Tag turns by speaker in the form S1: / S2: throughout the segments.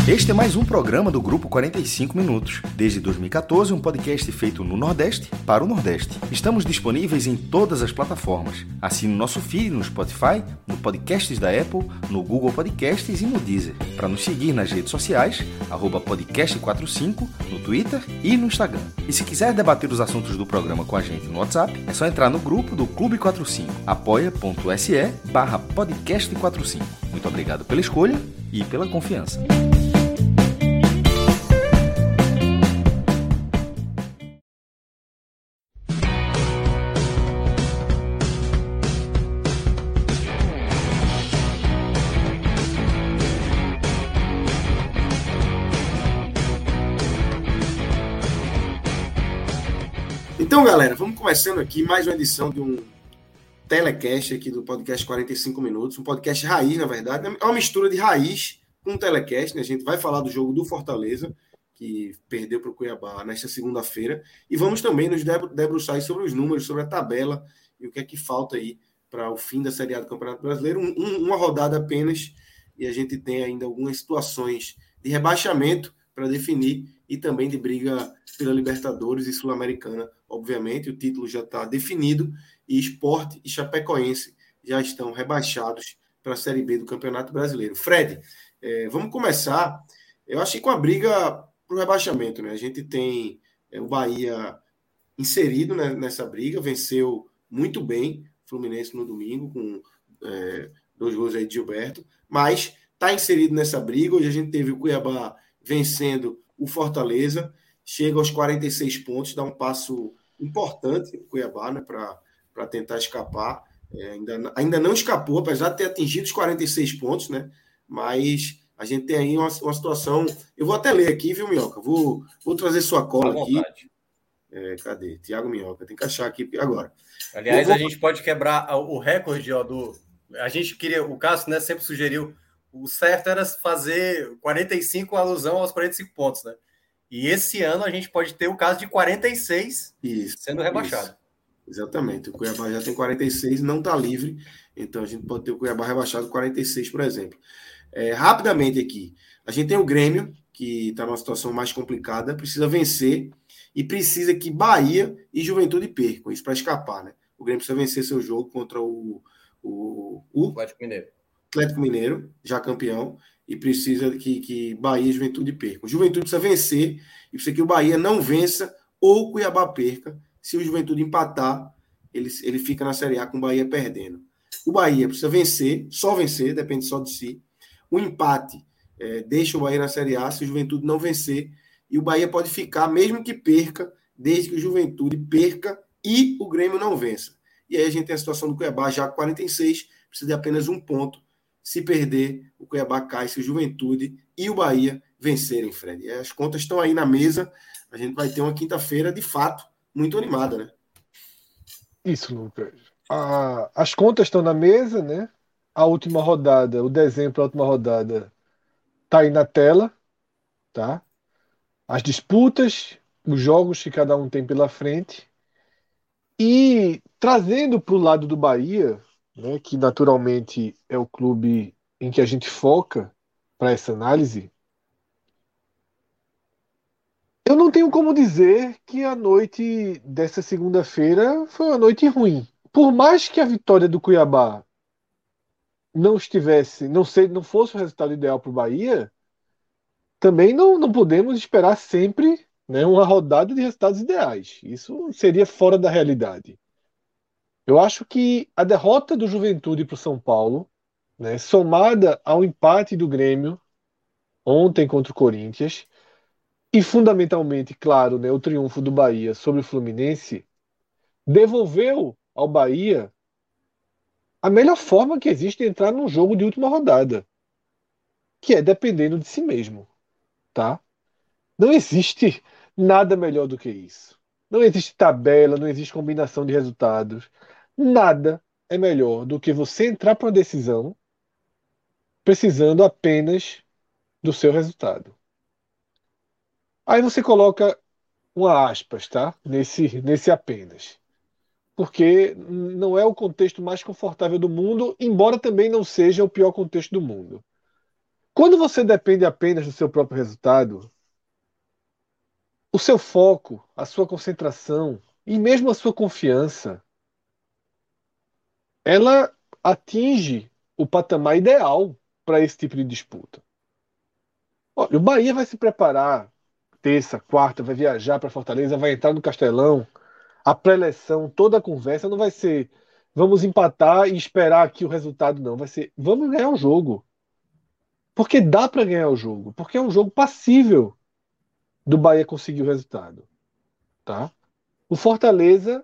S1: Este é mais um programa do Grupo 45 Minutos. Desde 2014, um podcast feito no Nordeste para o Nordeste. Estamos disponíveis em todas as plataformas. Assine o nosso feed no Spotify, no Podcasts da Apple, no Google Podcasts e no Deezer. Para nos seguir nas redes sociais, @podcast45, no Twitter e no Instagram. E se quiser debater os assuntos do programa com a gente no WhatsApp, é só entrar no grupo do Clube 45, apoia.se/podcast45. Muito obrigado pela escolha e pela confiança.
S2: Então, galera, vamos começando aqui mais uma edição de um telecast aqui do podcast 45 Minutos, um podcast raiz, na verdade, é uma mistura de raiz com telecast, né? A gente vai falar do jogo do Fortaleza, que perdeu para o Cuiabá nesta segunda-feira, e vamos também nos debruçar sobre os números, sobre a tabela e o que é que falta aí para o fim da Série A do Campeonato Brasileiro, uma rodada apenas, e a gente tem ainda algumas situações de rebaixamento para definir e também de briga pela Libertadores e Sul-Americana. Obviamente, o título já está definido e Sport e Chapecoense já estão rebaixados para a Série B do Campeonato Brasileiro. Fred, vamos começar, eu acho que com a briga para o rebaixamento, né? A gente tem o Bahia inserido, né, nessa briga, venceu muito bem o Fluminense no domingo, com 2 gols aí de Gilberto, mas está inserido nessa briga. Hoje a gente teve o Cuiabá vencendo o Fortaleza, chega aos 46 pontos, dá um passo importante o Cuiabá, né, para tentar escapar. Ainda não escapou, apesar de ter atingido os 46 pontos, né? Mas a gente tem aí uma situação. Eu vou até ler aqui, viu, Minhoca? Vou trazer sua cola aqui. Cadê? Tiago Minhoca, tem que achar aqui agora.
S3: Aliás, a gente pode quebrar o recorde, do. A gente queria, o Cássio, né, sempre sugeriu. O certo era fazer 45 alusão aos 45 pontos, né? E esse ano a gente pode ter o caso de 46 sendo rebaixado.
S2: Isso. Exatamente. O Cuiabá já tem 46, não está livre. Então a gente pode ter o Cuiabá rebaixado 46, por exemplo. Rapidamente aqui. A gente tem o Grêmio, que está numa situação mais complicada, precisa vencer e precisa que Bahia e Juventude percam. Isso para escapar, né? O Grêmio precisa vencer seu jogo contra o Atlético Mineiro, já campeão, e precisa que Bahia e Juventude percam. O Juventude precisa vencer e precisa que o Bahia não vença ou o Cuiabá perca. Se o Juventude empatar, ele fica na Série A com o Bahia perdendo. O Bahia precisa vencer, só vencer, depende só de si. O empate deixa o Bahia na Série A se o Juventude não vencer. E o Bahia pode ficar, mesmo que perca, desde que o Juventude perca e o Grêmio não vença. E aí a gente tem a situação do Cuiabá já com 46, precisa de apenas um ponto. Se perder, o Cuiabá cai se o Juventude e o Bahia vencerem, Fred. E as contas estão aí na mesa. A gente vai ter uma quinta-feira, de fato, muito animada, né?
S4: Isso, Lucas. As contas estão na mesa, né? A última rodada, o desenho para a última rodada está aí na tela, tá? As disputas, os jogos que cada um tem pela frente. E trazendo para o lado do Bahia, né, que naturalmente é o clube em que a gente foca para essa análise, eu não tenho como dizer que a noite dessa segunda-feira foi uma noite ruim. Por mais que a vitória do Cuiabá não estivesse, não fosse o resultado ideal para o Bahia, também não podemos esperar sempre, né, uma rodada de resultados ideais. Isso seria fora da realidade. Eu acho que a derrota do Juventude para o São Paulo, né, somada ao empate do Grêmio ontem contra o Corinthians, e fundamentalmente, claro, né, o triunfo do Bahia sobre o Fluminense, devolveu ao Bahia a melhor forma que existe de entrar num jogo de última rodada, que é dependendo de si mesmo, tá? Não existe nada melhor do que isso. Não existe tabela, não existe combinação de resultados. Nada é melhor do que você entrar para uma decisão precisando apenas do seu resultado. Aí você coloca uma aspas, tá? Nesse apenas. Porque não é o contexto mais confortável do mundo, embora também não seja o pior contexto do mundo. Quando você depende apenas do seu próprio resultado, o seu foco, a sua concentração e mesmo a sua confiança, ela atinge o patamar ideal para esse tipo de disputa. Olha, o Bahia vai se preparar terça, quarta, vai viajar para Fortaleza, vai entrar no Castelão. A pré-eleção, toda a conversa não vai ser vamos empatar e esperar aqui o resultado, não. Vai ser vamos ganhar o jogo. Porque dá para ganhar o jogo. Porque é um jogo passível do Bahia conseguir o resultado. Tá? O Fortaleza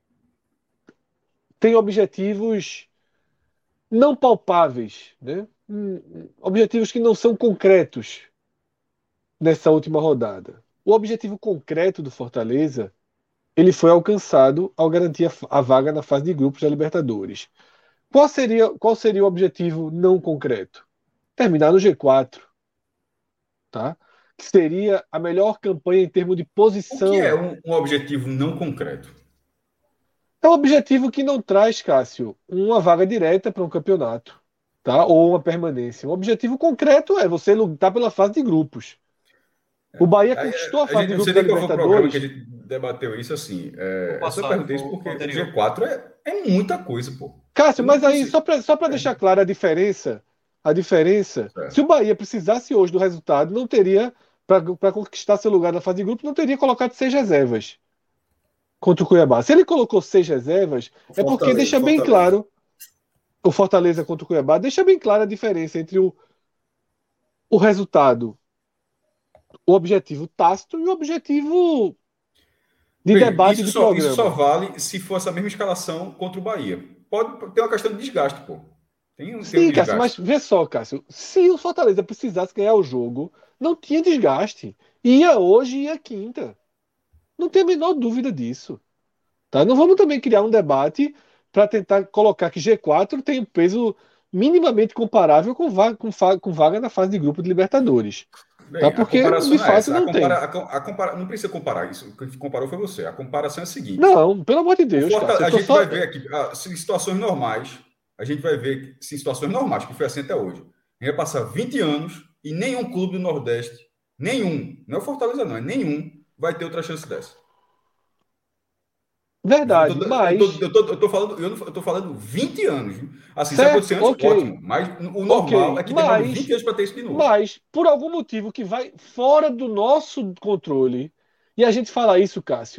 S4: tem objetivos não palpáveis, né? Objetivos que não são concretos nessa última rodada. O objetivo concreto do Fortaleza ele foi alcançado ao garantir a vaga na fase de grupos da Libertadores. Qual seria o objetivo não concreto? Terminar no G4, tá? Que seria a melhor campanha em termos de
S5: O que é
S4: posição.
S5: um objetivo não concreto?
S4: É um objetivo que não traz, Cássio, uma vaga direta para um campeonato, tá? Ou uma permanência. Um objetivo concreto é você lutar pela fase de grupos. O Bahia conquistou a fase de
S5: Não sei
S4: grupos da
S5: nem qual foi o programa que a
S4: Libertadores.
S5: gente debateu isso assim. Eu só
S3: passado,
S5: perguntei isso
S3: o
S5: porque o
S3: anterior.
S5: G4 é muita coisa, pô.
S4: Cássio,
S5: Eu não
S4: mas aí,
S5: consigo.
S4: só para deixar clara a diferença, se o
S5: Certo.
S4: Bahia precisasse hoje do resultado, não teria, para conquistar seu lugar na fase de grupo, não teria colocado 6 reservas contra o Cuiabá. Se ele colocou 6 reservas, é porque deixa bem
S2: Fortaleza.
S4: claro, o Fortaleza contra o Cuiabá, deixa bem clara a diferença entre o resultado, o objetivo tácito e o objetivo de
S5: Veja,
S4: debate
S5: isso
S4: de
S5: só
S4: programa.
S5: vale se for essa mesma escalação contra o Bahia. Pode ter uma questão de desgaste, pô. Tem um
S4: Sim, Cássio,
S5: desgaste.
S4: mas vê só, Cássio, se o Fortaleza precisasse ganhar o jogo, não tinha desgaste. Ia hoje e ia quinta. Não tem a menor dúvida disso. Tá? Não vamos também criar um debate para tentar colocar que G4 tem um peso minimamente comparável com vaga na fase de grupo de Libertadores. Tá?
S5: Bem, a
S4: Porque,
S5: comparação
S4: de
S5: não é
S4: fato,
S5: essa.
S4: não tem.
S5: Não precisa comparar isso. O que comparou foi você. A comparação é a seguinte.
S4: Não, pelo amor de Deus, Cássio. Eu
S5: A
S4: tô
S5: gente
S4: só.
S5: vai ver aqui, se em situações normais, a gente vai ver se em situações normais, que foi assim até hoje, a gente vai passar 20 anos e nenhum clube do Nordeste, nenhum, não é o Fortaleza não, é nenhum, vai ter outra chance dessa.
S4: Verdade, mas.
S5: Eu tô falando 20 anos. Viu? Assim, se
S4: Certo,
S5: acontecer antes,
S4: ok.
S5: ótimo. Mas o normal
S4: Ok.
S5: é que demore 20
S4: Mas.
S5: anos para ter isso de novo.
S4: Mas, por algum motivo que vai fora do nosso controle, e a gente fala isso, Cássio,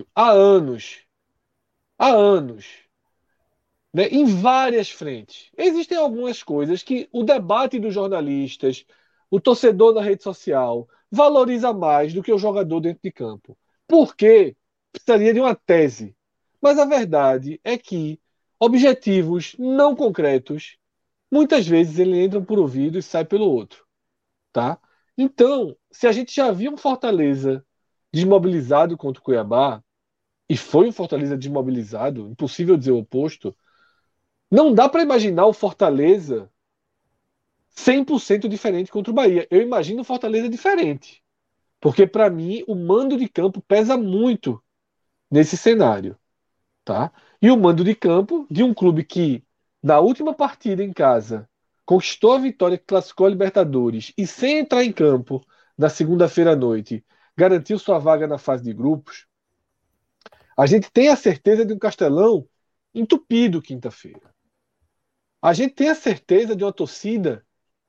S4: há anos, né, em várias frentes. Existem algumas coisas que o debate dos jornalistas, o torcedor na rede social, valoriza mais do que o jogador dentro de campo. Por quê? Precisaria de uma tese. Mas a verdade é que objetivos não concretos, muitas vezes ele entram por um ouvido e sai pelo outro. Tá? Então, se a gente já viu um Fortaleza desmobilizado contra o Cuiabá, e foi um Fortaleza desmobilizado, impossível dizer o oposto, não dá para imaginar o Fortaleza 100% diferente contra o Bahia. Eu imagino o Fortaleza diferente, porque para mim o mando de campo pesa muito nesse cenário, tá? E o mando de campo de um clube que na última partida em casa conquistou a vitória que classificou a Libertadores e sem entrar em campo na segunda-feira à noite garantiu sua vaga na fase de grupos. A gente tem a certeza de um Castelão entupido quinta-feira. A gente tem a certeza de uma torcida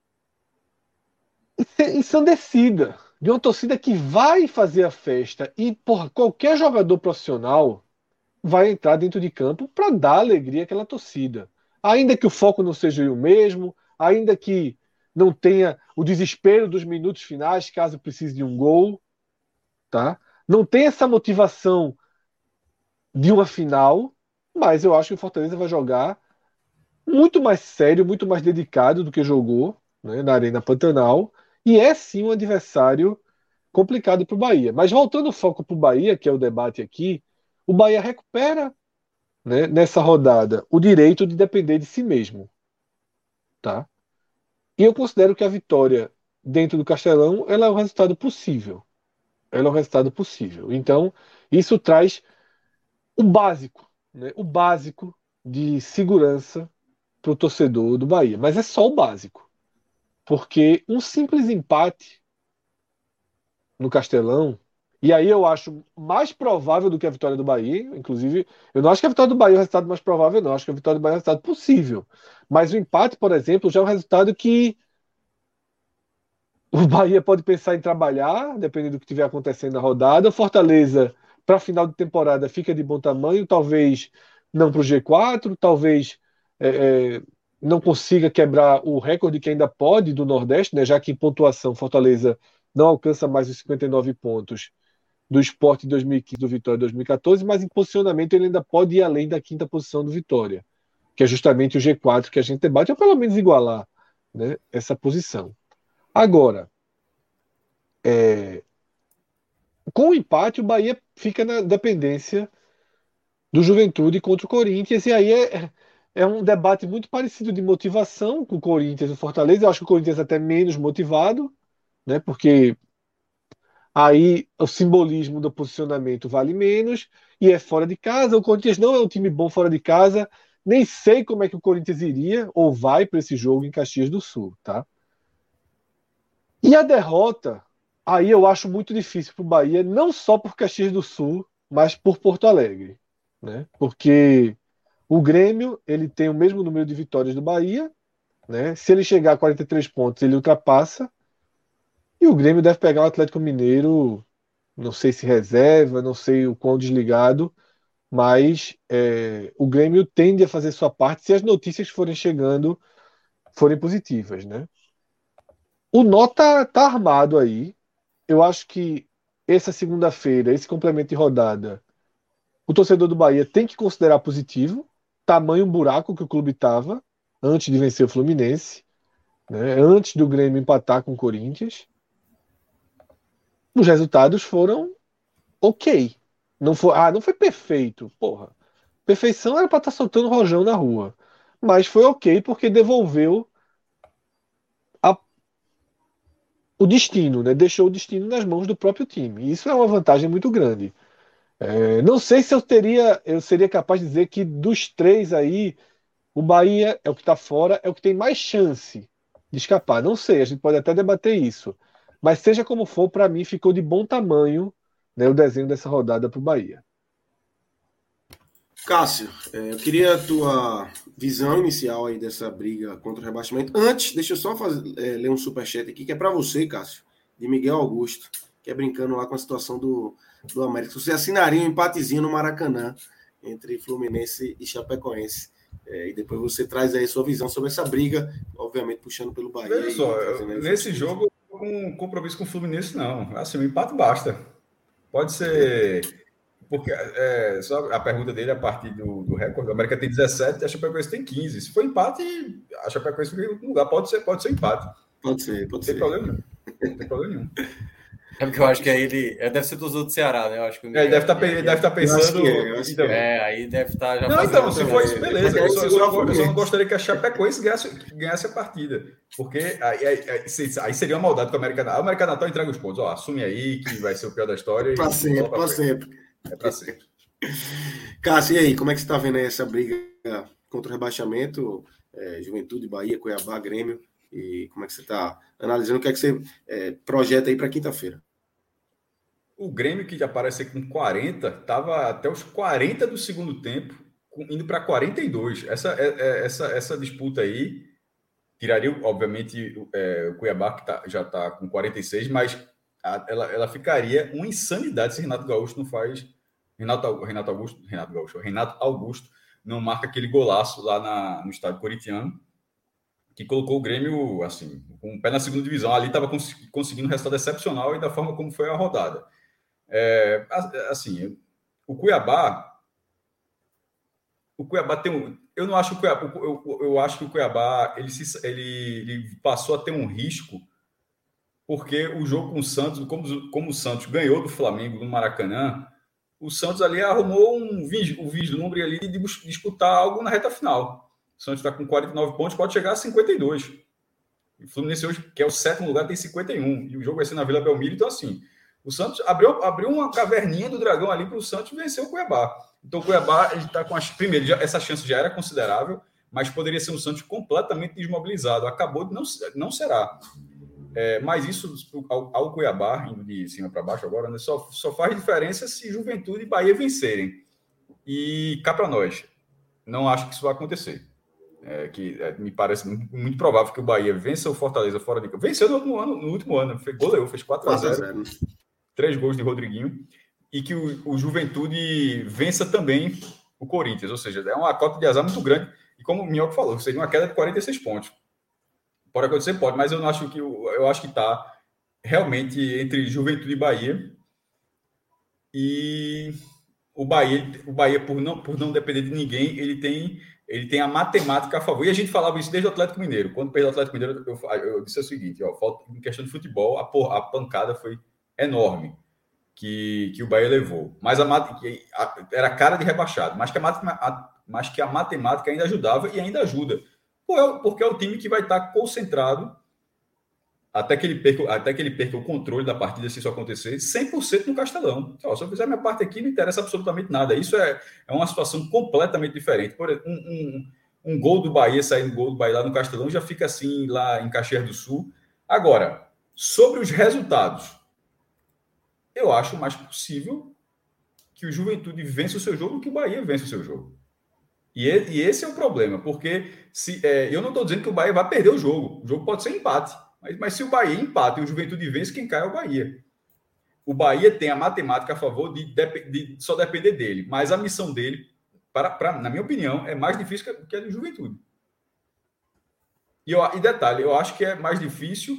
S4: ensandecida, de uma torcida que vai fazer a festa e, porra, qualquer jogador profissional vai entrar dentro de campo para dar alegria àquela torcida. Ainda que o foco não seja o mesmo, ainda que não tenha o desespero dos minutos finais, caso precise de um gol, tá? Não tem essa motivação de uma final, mas eu acho que o Fortaleza vai jogar muito mais sério, muito mais dedicado do que jogou, né, na Arena Pantanal, e é sim um adversário complicado para o Bahia. Mas voltando o foco para o Bahia, que é o debate aqui, o Bahia recupera, né, nessa rodada o direito de depender de si mesmo, tá? E eu considero que a vitória dentro do Castelão ela é um resultado possível. Ela é um resultado possível. Então, isso traz o básico, né, o básico de segurança para o torcedor do Bahia. Mas é só o básico. porque um simples empate no Castelão, e aí eu acho mais provável do que a vitória do Bahia, inclusive, eu não acho que a vitória do Bahia é o resultado mais provável, não, acho que a vitória do Bahia é o resultado possível. Mas o empate, por exemplo, já é um resultado que o Bahia pode pensar em trabalhar, dependendo do que estiver acontecendo na rodada. O Fortaleza, para final de temporada, fica de bom tamanho, talvez não para o G4, talvez não consiga quebrar o recorde que ainda pode do Nordeste, né, já que em pontuação Fortaleza não alcança mais os 59 pontos do Sport em 2015, do Vitória em 2014, mas em posicionamento ele ainda pode ir além da quinta posição do Vitória, que é justamente o G4 que a gente debate, ou pelo menos igualar, né, essa posição. Agora, com o empate, o Bahia fica na dependência do Juventude contra o Corinthians, e aí é um debate muito parecido de motivação com o Corinthians e o Fortaleza. Eu acho que o Corinthians é até menos motivado, né, porque aí o simbolismo do posicionamento vale menos, e é fora de casa. O Corinthians não é um time bom fora de casa, nem sei como é que o Corinthians iria ou vai para esse jogo em Caxias do Sul, tá? E a derrota, aí eu acho muito difícil para o Bahia, não só por Caxias do Sul, mas por Porto Alegre, né? Porque o Grêmio, ele tem o mesmo número de vitórias do Bahia, né? Se ele chegar a 43 pontos, ele ultrapassa. E o Grêmio deve pegar o Atlético Mineiro, não sei se reserva, não sei o quão desligado, mas o Grêmio tende a fazer sua parte se as notícias forem chegando, forem positivas, né? O nó tá armado aí. Eu acho que essa segunda-feira, esse complemento de rodada, o torcedor do Bahia tem que considerar positivo, tamanho buraco que o clube estava antes de vencer o Fluminense, né? Antes do Grêmio empatar com o Corinthians. Os resultados foram ok. Não foi perfeito. Porra. Perfeição era para estar soltando rojão na rua. Mas foi ok porque devolveu o destino, né? Deixou o destino nas mãos do próprio time. E isso é uma vantagem muito grande. Não sei se eu seria capaz de dizer que dos três aí, o Bahia é o que está fora, é o que tem mais chance de escapar. Não sei, a gente pode até debater isso. Mas seja como for, para mim ficou de bom tamanho, né, o desenho dessa rodada para o Bahia.
S2: Cássio, eu queria a tua visão inicial aí dessa briga contra o rebaixamento. Antes, deixa eu só ler um superchat aqui, que é para você, Cássio, de Miguel Augusto, que é brincando lá com a situação do América. Você assinaria um empatezinho no Maracanã entre Fluminense e Chapecoense. E depois você traz aí sua visão sobre essa briga, obviamente puxando pelo Bahia.
S5: Veja só, nesse jogo eu não tenho um compromisso com o Fluminense, não. Assim, o empate basta. Pode ser... Porque só a pergunta dele a partir do recorde, a América tem 17 e a Chapecoense tem 15. Se for empate, a Chapecoense fica em outro lugar. Pode ser empate.
S2: Pode ser.
S5: Não tem problema nenhum.
S3: É porque eu acho que aí ele deve ser do do Ceará, né? Eu acho que
S5: ele deve estar pensando.
S3: Aí deve estar já.
S5: Não, então, se for isso, beleza. Eu só não gostaria que a Chapecoense ganhasse a partida. Porque aí seria uma maldade com a América Natal. A América Natal entrega os pontos. Assume aí que vai ser o pior da história.
S2: Para sempre.
S5: É para sempre.
S2: Cássio, e aí, como é que você está vendo aí essa briga contra o rebaixamento? Juventude, Bahia, Cuiabá, Grêmio. E como é que você está analisando? O que é que você projeta aí para quinta-feira?
S5: O Grêmio, que já aparece com 40, estava até os 40 do segundo tempo, indo para 42. Essa disputa aí tiraria, obviamente, o Cuiabá, que já está com 46, mas ela ficaria uma insanidade se Renato Gaúcho não faz... Renato Augusto não marca aquele golaço lá no estádio corintiano, que colocou o Grêmio, assim, com o pé na segunda divisão. Ali estava conseguindo um resultado excepcional e da forma como foi a rodada. Assim, o Cuiabá tem eu não acho que o Cuiabá, eu acho que o Cuiabá ele passou a ter um risco, porque o jogo com o Santos, como o Santos ganhou do Flamengo no Maracanã, o Santos ali arrumou um vislumbre ali de disputar algo na reta final. O Santos está com 49 pontos, pode chegar a 52. O Fluminense hoje, que é o sétimo lugar, tem 51. E o jogo vai ser na Vila Belmiro. Então, assim, o Santos abriu uma caverninha do dragão ali para o Santos vencer o Cuiabá. Então, o Cuiabá, ele está com primeiro, essa chance já era considerável, mas poderia ser um Santos completamente desmobilizado. Acabou de não será. Mas isso, ao Cuiabá, indo de cima para baixo agora, né, só faz diferença se Juventude e Bahia vencerem. E cá para nós, não acho que isso vai acontecer. Me parece muito provável que o Bahia vença o Fortaleza fora de campo. Venceu no último ano, goleou, fez 4-0, 3 gols de Rodriguinho, e que o Juventude vença também o Corinthians, ou seja, é uma cota de azar muito grande, e como o Minhoca falou, seria uma queda de 46 pontos. Pode acontecer? Pode, mas eu não acho que eu acho que está realmente entre Juventude e Bahia, e o Bahia por não depender de ninguém, ele tem a matemática a favor. E a gente falava isso desde o Atlético Mineiro. Quando perdeu o Atlético Mineiro, eu disse o seguinte, em questão de futebol, a pancada foi enorme que o Bahia levou. Mas era cara de rebaixado, mas que a matemática ainda ajudava e ainda ajuda. Porque é o time que vai estar concentrado até que ele perca o controle da partida, se isso acontecer, 100% no Castelão. Então, se eu fizer minha parte aqui, não interessa absolutamente nada. Isso é uma situação completamente diferente. Por exemplo, um gol do Bahia, saindo gol do Bahia lá no Castelão, já fica assim lá em Caxias do Sul. Agora, sobre os resultados, eu acho mais possível que o Juventude vença o seu jogo do que o Bahia vença o seu jogo. E esse é o problema, porque eu não estou dizendo que o Bahia vai perder o jogo. O jogo pode ser empate. Mas se o Bahia empata e o Juventude vence, quem cai é o Bahia. O Bahia tem a matemática a favor de só depender dele. Mas a missão dele, na minha opinião, é mais difícil que a do Juventude. E detalhe, eu acho que é mais difícil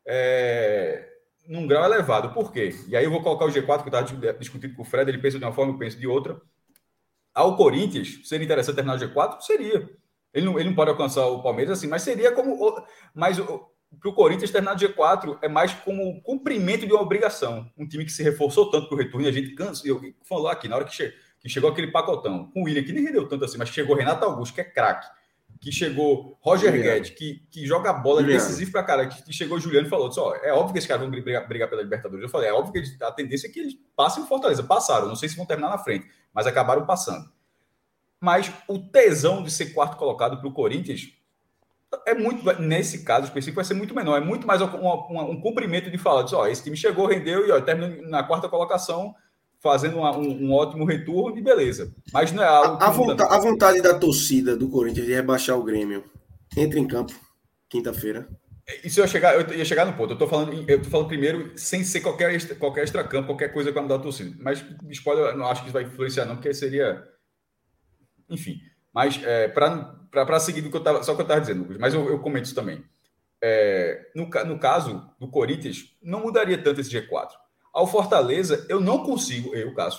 S5: num grau elevado. Por quê? E aí eu vou colocar o G4, que eu estava discutindo com o Fred, ele pensa de uma forma, eu penso de outra. Ao Corinthians, seria interessante terminar o G4? Seria. Ele não pode alcançar o Palmeiras assim, mas seria como... Mas para o Corinthians terminar no G4 é mais como cumprimento de uma obrigação. Um time que se reforçou tanto para o retorno, e a gente cansa. Eu falou aqui, na hora que chegou aquele pacotão, com o William, que nem rendeu tanto assim, mas chegou Renato Augusto, que é craque, que chegou Roger Guedes, que joga bola decisivo para caralho, que chegou Juliano e falou: é óbvio que esses caras vão brigar pela Libertadores. Eu falei: é óbvio que a tendência é que eles passem o Fortaleza. Passaram, não sei se vão terminar na frente, mas acabaram passando. Mas o tesão de ser quarto colocado para o Corinthians nesse caso específico, vai ser muito menor. É muito mais um cumprimento de falar: esse time chegou, rendeu e terminou na quarta colocação, fazendo um ótimo retorno e beleza. Mas não é algo...
S2: A vontade da torcida do Corinthians de rebaixar o Grêmio entra em campo quinta-feira.
S5: Isso eu ia chegar no ponto. Eu tô falando primeiro sem ser qualquer extracampo, qualquer coisa que vai mudar a torcida. Mas spoiler, eu não acho que isso vai influenciar não, porque seria... Enfim, mas para seguir do que eu estava dizendo, Lucas, mas eu comento isso também. No caso do Corinthians, não mudaria tanto esse G4. Ao Fortaleza, eu não consigo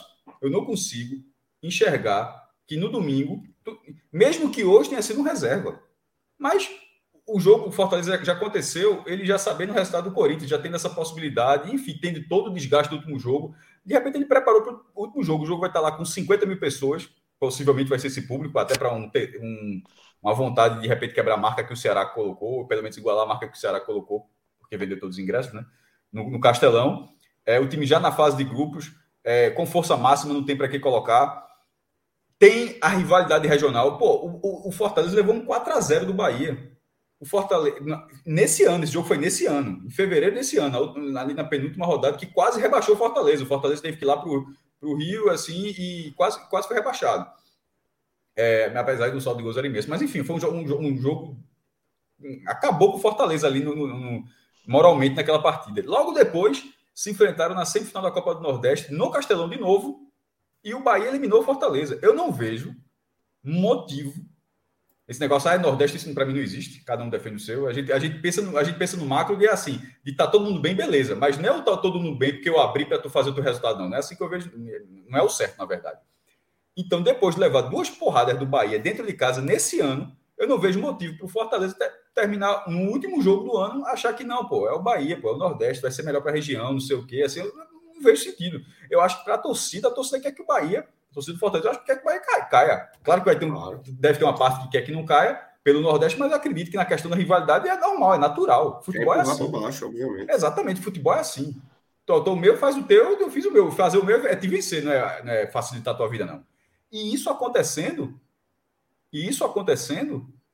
S5: enxergar que no domingo, mesmo que hoje tenha sido um reserva, mas o Fortaleza já aconteceu, ele já sabendo o resultado do Corinthians, já tendo essa possibilidade, enfim, tendo todo o desgaste do último jogo, de repente ele preparou para o último jogo. O jogo vai estar lá com 50 mil pessoas, possivelmente vai ser esse público, até para uma vontade de repente quebrar a marca que o Ceará colocou, ou pelo menos igualar a marca que o Ceará colocou, porque vendeu todos os ingressos, né? No Castelão. O time já na fase de grupos, com força máxima, não tem para que colocar. Tem a rivalidade regional. O Fortaleza levou um 4-0 do Bahia. O Fortaleza, nesse ano, esse jogo foi nesse ano, em fevereiro desse ano, ali na penúltima rodada, que quase rebaixou o Fortaleza. O Fortaleza teve que ir lá para o Rio, assim, e quase foi rebaixado. Apesar do saldo de gols era imenso. Mas, enfim, foi um jogo... Acabou com o Fortaleza ali moralmente naquela partida. Logo depois, se enfrentaram na semifinal da Copa do Nordeste, no Castelão de novo, e o Bahia eliminou o Fortaleza. Eu não vejo motivo... Esse negócio, Nordeste, isso para mim não existe. Cada um defende o seu. A gente pensa no macro e é assim, de tá todo mundo bem, beleza. Mas não é o tá todo mundo bem porque eu abri para tu fazer o teu resultado, não. Não é assim que eu vejo. Não é o certo, na verdade. Então, depois de levar 2 porradas do Bahia dentro de casa nesse ano, eu não vejo motivo para o Fortaleza terminar no último jogo do ano, achar que não, é o Bahia, é o Nordeste, vai ser melhor para a região, não sei o quê. Assim, eu não vejo sentido. Eu acho que para a torcida quer que o Bahia... A torcida do Fortaleza, eu acho que quer que o Bahia caia. Claro que deve ter uma parte que quer que não caia pelo Nordeste, mas eu acredito que na questão da rivalidade é normal, é natural. Futebol é assim.
S2: Baixo, obviamente.
S5: Exatamente, futebol é assim. O meu faz o teu, eu fiz o meu. Fazer o meu é te vencer, não é facilitar a tua vida, não. E isso acontecendo,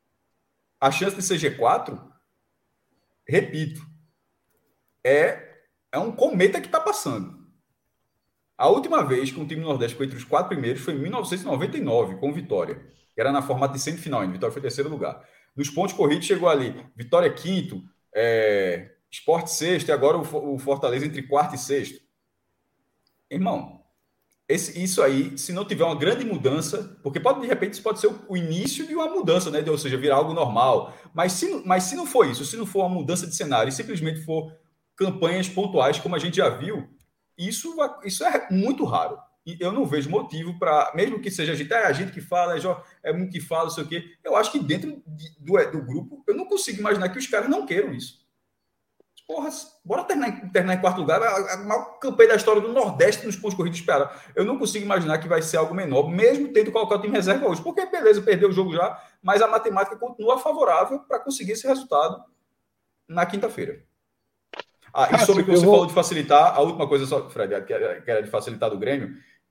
S5: a chance de ser G4, repito, é um cometa que está passando. A última vez que um time do Nordeste foi entre os 4 primeiros foi em 1999, com Vitória, que era na formato de semifinal ainda. Vitória foi terceiro lugar. Nos pontos corridos chegou ali, Vitória quinto, Sport sexto, e agora o Fortaleza entre quarto e sexto. Irmão, isso aí, se não tiver uma grande mudança, porque de repente isso pode ser o início de uma mudança, né? Ou seja, virar algo normal. Mas se não for isso, se não for uma mudança de cenário, e simplesmente for campanhas pontuais, como a gente já viu, isso é muito raro. E eu não vejo motivo para, mesmo que seja a gente que fala, é muito que fala, não sei o quê. Eu acho que dentro do grupo, eu não consigo imaginar que os caras não queiram isso. Porra, bora terminar em quarto lugar. A maior campanha da história do Nordeste nos pontos corridos esperados. Eu não consigo imaginar que vai ser algo menor, mesmo tendo colocar o time reserva hoje. Porque, beleza, perdeu o jogo já, mas a matemática continua favorável para conseguir esse resultado na quinta-feira. E sobre o que você falou de facilitar, a última coisa só, Fred, que era de facilitar do Grêmio,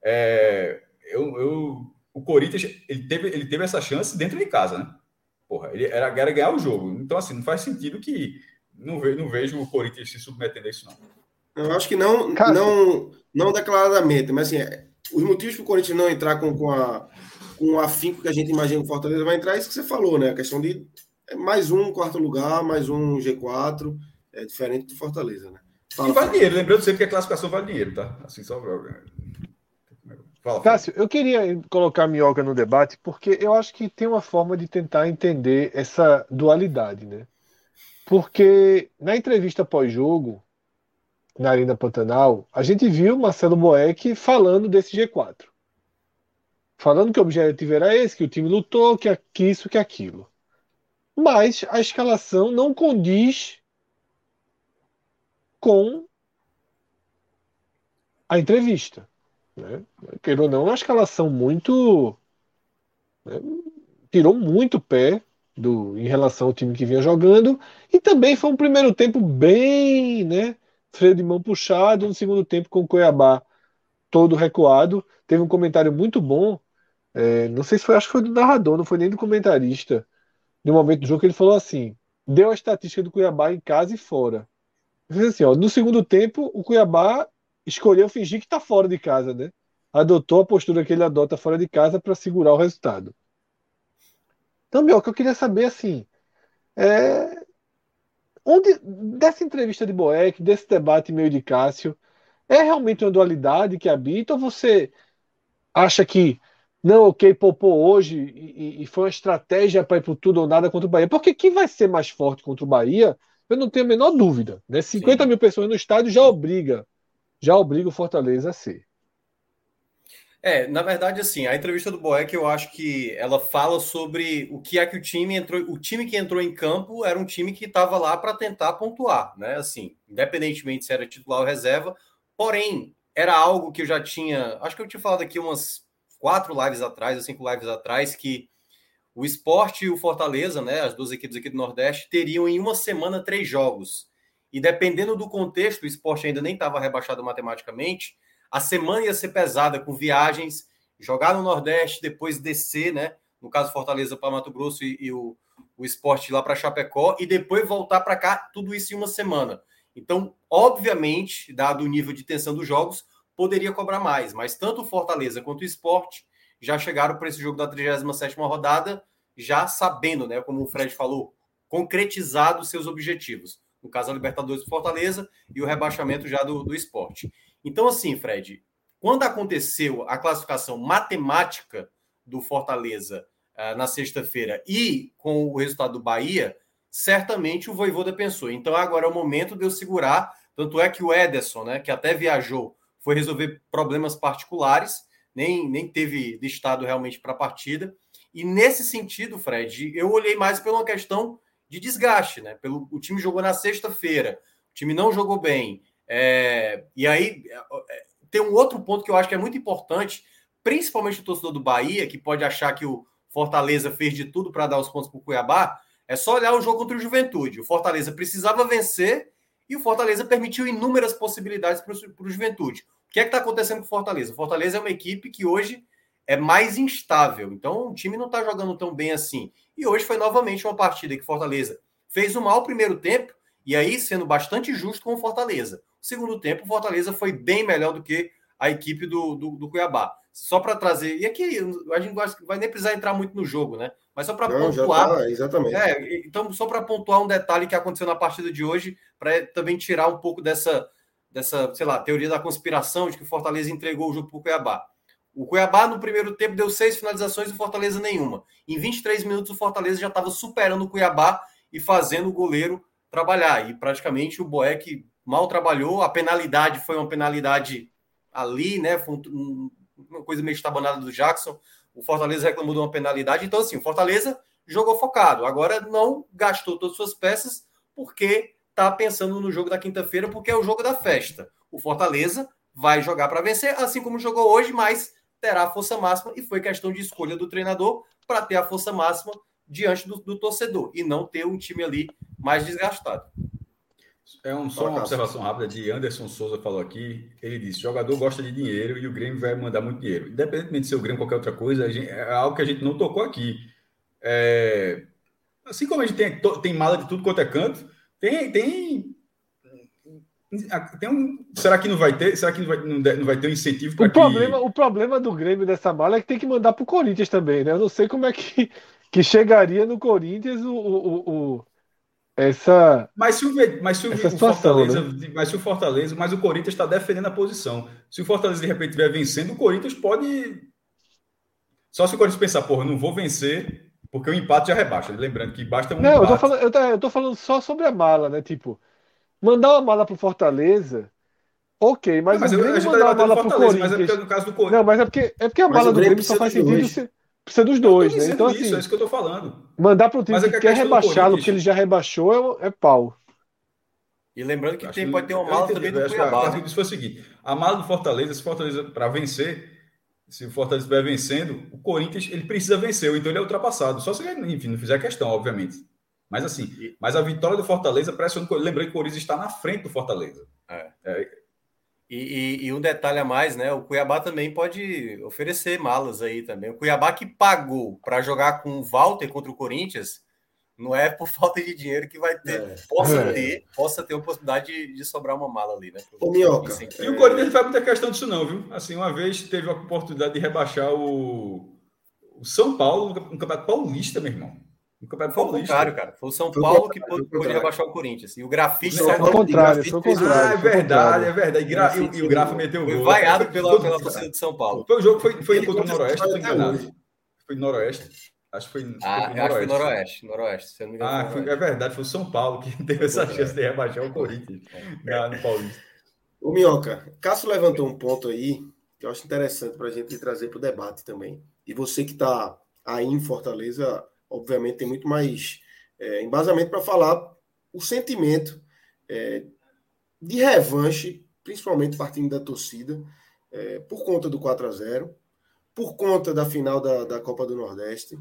S5: o Corinthians ele teve essa chance dentro de casa, né? Porra, ele era ganhar o jogo. Então, assim, não faz sentido que não vejo o Corinthians se submetendo a isso, não.
S2: Eu acho que não declaradamente, mas assim, os motivos para o Corinthians não entrar com o afinco que a gente imagina que o Fortaleza vai entrar, é isso que você falou, né? A questão de mais um quarto lugar, mais um G4, é diferente do Fortaleza, né?
S5: E vale dinheiro, lembrando sempre que a classificação vale dinheiro, tá? Assim, só...
S4: Fala, Cássio, eu queria colocar a Minhoca no debate, porque eu acho que tem uma forma de tentar entender essa dualidade, né? Porque na entrevista pós-jogo, na Arena Pantanal, a gente viu Marcelo Boeck falando desse G4. Falando que o objetivo era esse, que o time lutou, que isso, que aquilo. Mas a escalação não condiz com a entrevista. Né? Queira ou não, uma escalação muito... Né? Tirou muito pé em relação ao time que vinha jogando, e também foi um primeiro tempo bem, né, freio de mão puxado, no segundo tempo com o Cuiabá todo recuado. Teve um comentário muito bom, não sei se foi, acho que foi do narrador, não foi nem do comentarista, no momento do jogo que ele falou assim, deu a estatística do Cuiabá em casa e fora. Ele fez assim, ó, no segundo tempo o Cuiabá escolheu fingir que está fora de casa, né? Adotou a postura que ele adota fora de casa para segurar o resultado. Então, meu, o que eu queria saber, assim, dessa entrevista de Boeck, desse debate meio de Cássio, é realmente uma dualidade que habita, ou você acha que, não, ok, poupou hoje e foi uma estratégia para ir por tudo ou nada contra o Bahia? Porque quem vai ser mais forte contra o Bahia, eu não tenho a menor dúvida, né? 50 mil pessoas no estádio já obriga o Fortaleza a ser.
S3: Na verdade, assim, a entrevista do Boeck, eu acho que ela fala sobre o que é que o time que entrou em campo era um time que estava lá para tentar pontuar, né? Assim, independentemente se era titular ou reserva, porém, era algo que eu já tinha, acho que eu tinha falado aqui umas 4 lives atrás, 5 lives atrás, que o Sport e o Fortaleza, né, as duas equipes aqui do Nordeste, teriam em uma semana 3 jogos. E dependendo do contexto, o Sport ainda nem estava rebaixado matematicamente, a semana ia ser pesada, com viagens, jogar no Nordeste, depois descer, né? No caso, Fortaleza para Mato Grosso e o Sport lá para Chapecó, e depois voltar para cá, tudo isso em uma semana. Então, obviamente, dado o nível de tensão dos jogos, poderia cobrar mais, mas tanto o Fortaleza quanto o Sport já chegaram para esse jogo da 37ª rodada, já sabendo, né? Como o Fred falou, concretizado seus objetivos. No caso, a Libertadores do Fortaleza e o rebaixamento já do Sport. Então, assim, Fred, quando aconteceu a classificação matemática do Fortaleza na sexta-feira e com o resultado do Bahia, certamente o Vojvoda pensou, então agora é o momento de eu segurar, tanto é que o Ederson, né, que até viajou, foi resolver problemas particulares, nem teve listado realmente para a partida, e nesse sentido, Fred, eu olhei mais pela uma questão de desgaste, né? O time jogou na sexta-feira, o time não jogou bem, e aí tem um outro ponto que eu acho que é muito importante, principalmente o torcedor do Bahia, que pode achar que o Fortaleza fez de tudo para dar os pontos para o Cuiabá, é só olhar o jogo contra o Juventude. O Fortaleza precisava vencer e o Fortaleza permitiu inúmeras possibilidades para o Juventude. O que é que está acontecendo com o Fortaleza? O Fortaleza é uma equipe que hoje é mais instável. Então, o time não está jogando tão bem assim. E hoje foi novamente uma partida que Fortaleza fez um mau primeiro tempo, e aí sendo bastante justo com o Fortaleza. No segundo tempo, o Fortaleza foi bem melhor do que a equipe do Cuiabá. Só para trazer... E aqui, a gente vai nem precisar entrar muito no jogo, né? Mas só para pontuar...
S2: Já tá, exatamente.
S3: Então, só para pontuar um detalhe que aconteceu na partida de hoje, para também tirar um pouco dessa, sei lá, teoria da conspiração de que o Fortaleza entregou o jogo para o Cuiabá. O Cuiabá, no primeiro tempo, deu 6 finalizações e o Fortaleza nenhuma. Em 23 minutos, o Fortaleza já estava superando o Cuiabá e fazendo o goleiro trabalhar. E praticamente o Boeck mal trabalhou. A penalidade foi uma penalidade ali, né? Foi uma coisa meio estabanada do Jackson. O Fortaleza reclamou de uma penalidade. Então, assim, o Fortaleza jogou focado. Agora não gastou todas as suas peças porque está pensando no jogo da quinta-feira, porque é o jogo da festa. O Fortaleza vai jogar para vencer, assim como jogou hoje, mas terá a força máxima, e foi questão de escolha do treinador para ter a força máxima diante do torcedor e não ter um time ali mais desgastado.
S5: Só uma observação rápida de Anderson Souza falou aqui. Ele disse: jogador gosta de dinheiro e o Grêmio vai mandar muito dinheiro. Independentemente de ser o Grêmio ou qualquer outra coisa, é algo que a gente não tocou aqui. Assim como a gente tem mala de tudo quanto é canto, será que não vai ter? Será que não vai ter um incentivo para
S4: O problema do Grêmio dessa mala é que tem que mandar para o Corinthians também, né? Eu não sei como é que chegaria no Corinthians essa situação,
S5: Fortaleza,
S4: né?
S5: mas o Corinthians está defendendo a posição. Se o Fortaleza de repente estiver vencendo, o Corinthians pode. Só se o Corinthians pensar, porra, não vou vencer, porque o empate já rebaixa. Lembrando que basta um
S4: Não,
S5: empate.
S4: eu tô falando só sobre a mala, né? Tipo, mandar uma mala pro Fortaleza, ok, mas
S5: Não,
S4: o Grêmio
S5: a gente
S4: mandar
S5: tá
S4: uma mala pro
S5: Fortaleza,
S4: Corinthians.
S5: mas é porque no caso do Corinthians.
S4: Não, mas é porque a
S2: Mas
S4: mala
S2: o
S4: do
S2: Grêmio
S4: Grêmio só
S2: precisa
S4: faz
S2: dos
S4: sentido
S2: dois.
S4: se precisa dos
S5: Eu
S4: dois,
S5: tô
S4: né?
S5: dizendo
S4: Então,
S5: isso,
S4: assim,
S5: é isso que eu tô falando.
S4: mandar pro time
S5: Mas é
S4: que
S5: que a
S4: quer
S5: questão do
S4: rebaixá-lo,
S5: Corinthians-
S4: porque ele já rebaixou, é pau.
S3: E lembrando que
S5: Acho
S3: pode ter uma
S5: eu
S3: mala
S5: entendi.
S3: também do
S5: Acho que a
S3: Cuiabá,
S5: parte que
S3: né?
S5: eu disse foi o seguinte: a mala do Fortaleza, se o Fortaleza para vencer, se o Fortaleza estiver vencendo, o Corinthians ele precisa vencer, ou então ele é ultrapassado. Só se ele, enfim, não fizer questão, obviamente. Mas assim, mas a vitória do Fortaleza pressiona. Lembrei que o Corinthians está na frente do Fortaleza.
S3: E um detalhe a mais, né? O Cuiabá também pode oferecer malas aí também. O Cuiabá que pagou para jogar com o Walter contra o Corinthians, não é por falta de dinheiro que vai ter, possa ter a possibilidade de sobrar uma mala ali, né?
S2: Ô, Minhoca.
S5: E o Corinthians não vai muita questão disso, não, viu? Assim, uma vez teve a oportunidade de rebaixar o São Paulo no Campeonato Paulista, meu irmão. No Campeonato
S3: Foi o
S5: Paulista.
S3: contrário, cara. Foi o São Paulo que pôde rebaixar o Corinthians. E o Grafite saiu
S4: Foi o contrário.
S5: Ah, é verdade. E o Grafa meteu o
S3: Foi
S5: gol.
S3: vaiado pela torcida de São Paulo.
S5: Foi o jogo, foi contra o Noroeste, estou enganado. Foi no Noroeste. Acho que foi
S3: no Noroeste. Se eu não me engano,
S5: é verdade, foi o São Paulo que teve essa chance de rebaixar o Corinthians no Paulista.
S2: O Minhoca, Cássio levantou um ponto aí que eu acho interessante para a gente trazer para o debate também. E você que está aí em Fortaleza, obviamente tem muito mais embasamento para falar o sentimento de revanche, principalmente partindo da torcida, por conta do 4-0, por conta da final da Copa do Nordeste.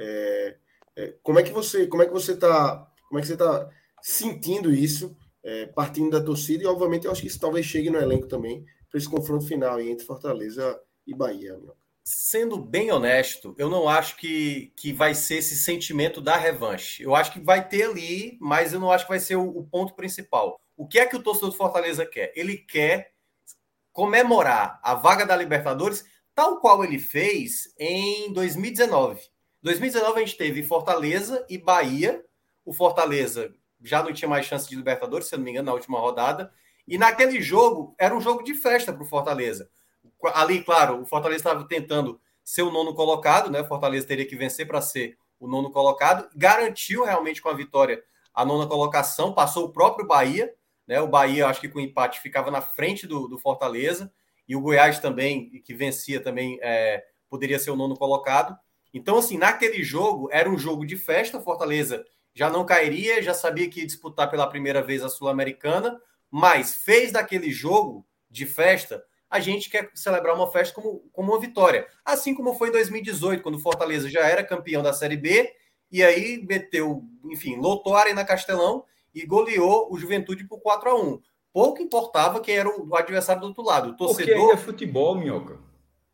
S2: Como é que você está sentindo isso, partindo da torcida? E obviamente eu acho que isso talvez chegue no elenco também para esse confronto final aí entre Fortaleza e Bahia.
S3: Sendo bem honesto, eu não acho que vai ser esse sentimento da revanche. Eu acho que vai ter ali, mas eu não acho que vai ser o ponto principal. O que é que o torcedor do Fortaleza quer? Ele quer comemorar a vaga da Libertadores tal qual ele fez em 2019. Em 2019 a gente teve Fortaleza e Bahia. O Fortaleza já não tinha mais chance de Libertadores, se eu não me engano, na última rodada. E naquele jogo, era um jogo de festa para o Fortaleza. Ali, claro, o Fortaleza estava tentando ser o nono colocado, né? O Fortaleza teria que vencer para ser o nono colocado. Garantiu realmente com a vitória a nona colocação, passou o próprio Bahia, né? O Bahia, acho que com o empate, ficava na frente do Fortaleza. E o Goiás também, que vencia também, poderia ser o nono colocado. Então, assim, naquele jogo, era um jogo de festa. O Fortaleza já não cairia, já sabia que ia disputar pela primeira vez a Sul-Americana, mas fez daquele jogo de festa, a gente quer celebrar uma festa como uma vitória. Assim como foi em 2018, quando o Fortaleza já era campeão da Série B, e aí meteu, enfim, lotou a Arena Castelão e goleou o Juventude por 4-1. Pouco importava quem era o adversário do outro lado. O torcedor...
S5: Porque ainda é futebol, Minhoca.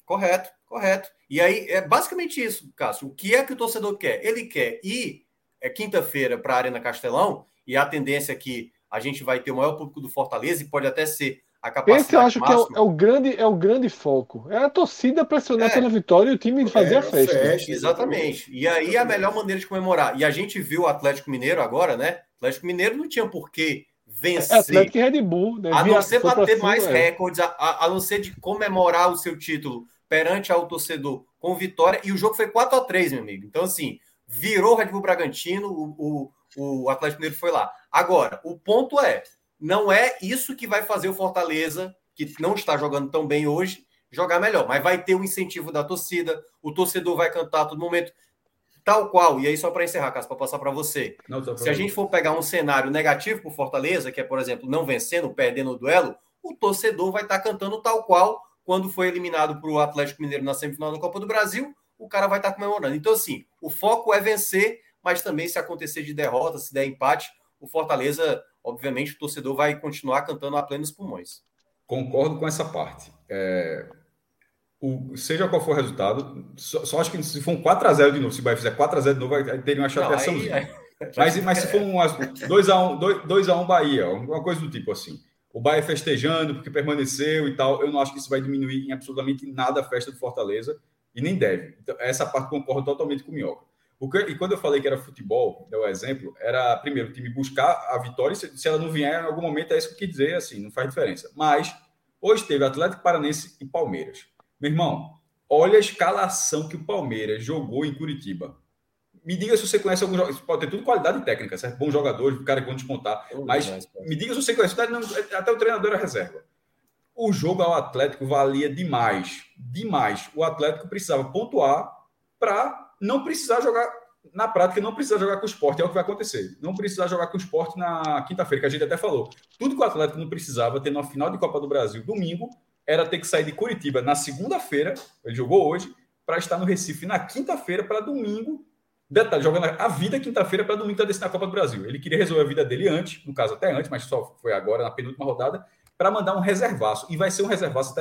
S3: Correto. E aí é basicamente isso, Cássio. O que é que o torcedor quer? Ele quer ir quinta-feira para a Arena Castelão, e a tendência é que a gente vai ter o maior público do Fortaleza, e pode até ser a capacidade
S4: Esse eu acho
S3: máxima.
S4: que é o grande foco. É a torcida pressionar pela vitória e o time fazer a festa.
S3: Exatamente. E aí a melhor maneira de comemorar. E a gente viu o Atlético Mineiro agora, né? O Atlético Mineiro não tinha por que vencer.
S4: Atlético e Red Bull, né?
S3: A não ser bater mais recordes, a não ser de comemorar o seu título perante ao torcedor com vitória. E o jogo foi 4-3, meu amigo. Então, assim, virou o Red Bull Bragantino, o Atlético Mineiro foi lá. Agora, o ponto não é isso que vai fazer o Fortaleza, que não está jogando tão bem hoje, jogar melhor. Mas vai ter o incentivo da torcida, o torcedor vai cantar a todo momento, tal qual. E aí, só para encerrar, Cássio, para passar para você. Se a gente for pegar um cenário negativo para o Fortaleza, que é, por exemplo, não vencendo, perdendo o duelo, o torcedor vai estar cantando tal qual quando foi eliminado para o Atlético Mineiro na semifinal da Copa do Brasil, o cara vai estar comemorando. Então, assim, o foco é vencer, mas também se acontecer de derrota, se der empate, o Fortaleza, obviamente, o torcedor vai continuar cantando a plenos pulmões.
S5: Concordo com essa parte. Seja qual for o resultado, só acho que se for um 4-0 de novo, se o Bahia fizer 4-0 de novo, aí teria uma chateaçãozinha. Mas se for um 2-1 Bahia, uma coisa do tipo assim, o Bahia festejando porque permaneceu e tal, eu não acho que isso vai diminuir em absolutamente nada a festa do Fortaleza, e nem deve. Então, essa parte concordo totalmente com o Minhoca. E quando eu falei que era futebol, deu um exemplo, era primeiro o time buscar a vitória, se ela não vier em algum momento, é isso que eu quis dizer, assim, não faz diferença. Mas hoje teve Atlético Paranaense e Palmeiras. Meu irmão, olha a escalação que o Palmeiras jogou em Curitiba. Me diga se você conhece algum jogador. Pode ter tudo qualidade técnica, certo? Bons jogadores, o cara que vão despontar. Mas me diga se você conhece. Até o treinador era reserva. O jogo ao Atlético valia demais. Demais. O Atlético precisava pontuar para não precisar jogar. Na prática, não precisar jogar com o Sport. É o que vai acontecer. Não precisar jogar com o Sport na quinta-feira, que a gente até falou. Tudo que o Atlético não precisava ter na final de Copa do Brasil domingo era ter que sair de Curitiba na segunda-feira, ele jogou hoje, para estar no Recife na quinta-feira para domingo. Detalhe, jogando a vida quinta-feira para domingo na Copa do Brasil. Ele queria resolver a vida dele antes, no caso até antes, mas só foi agora, na penúltima rodada, para mandar um reservaço. E vai ser um reservaço,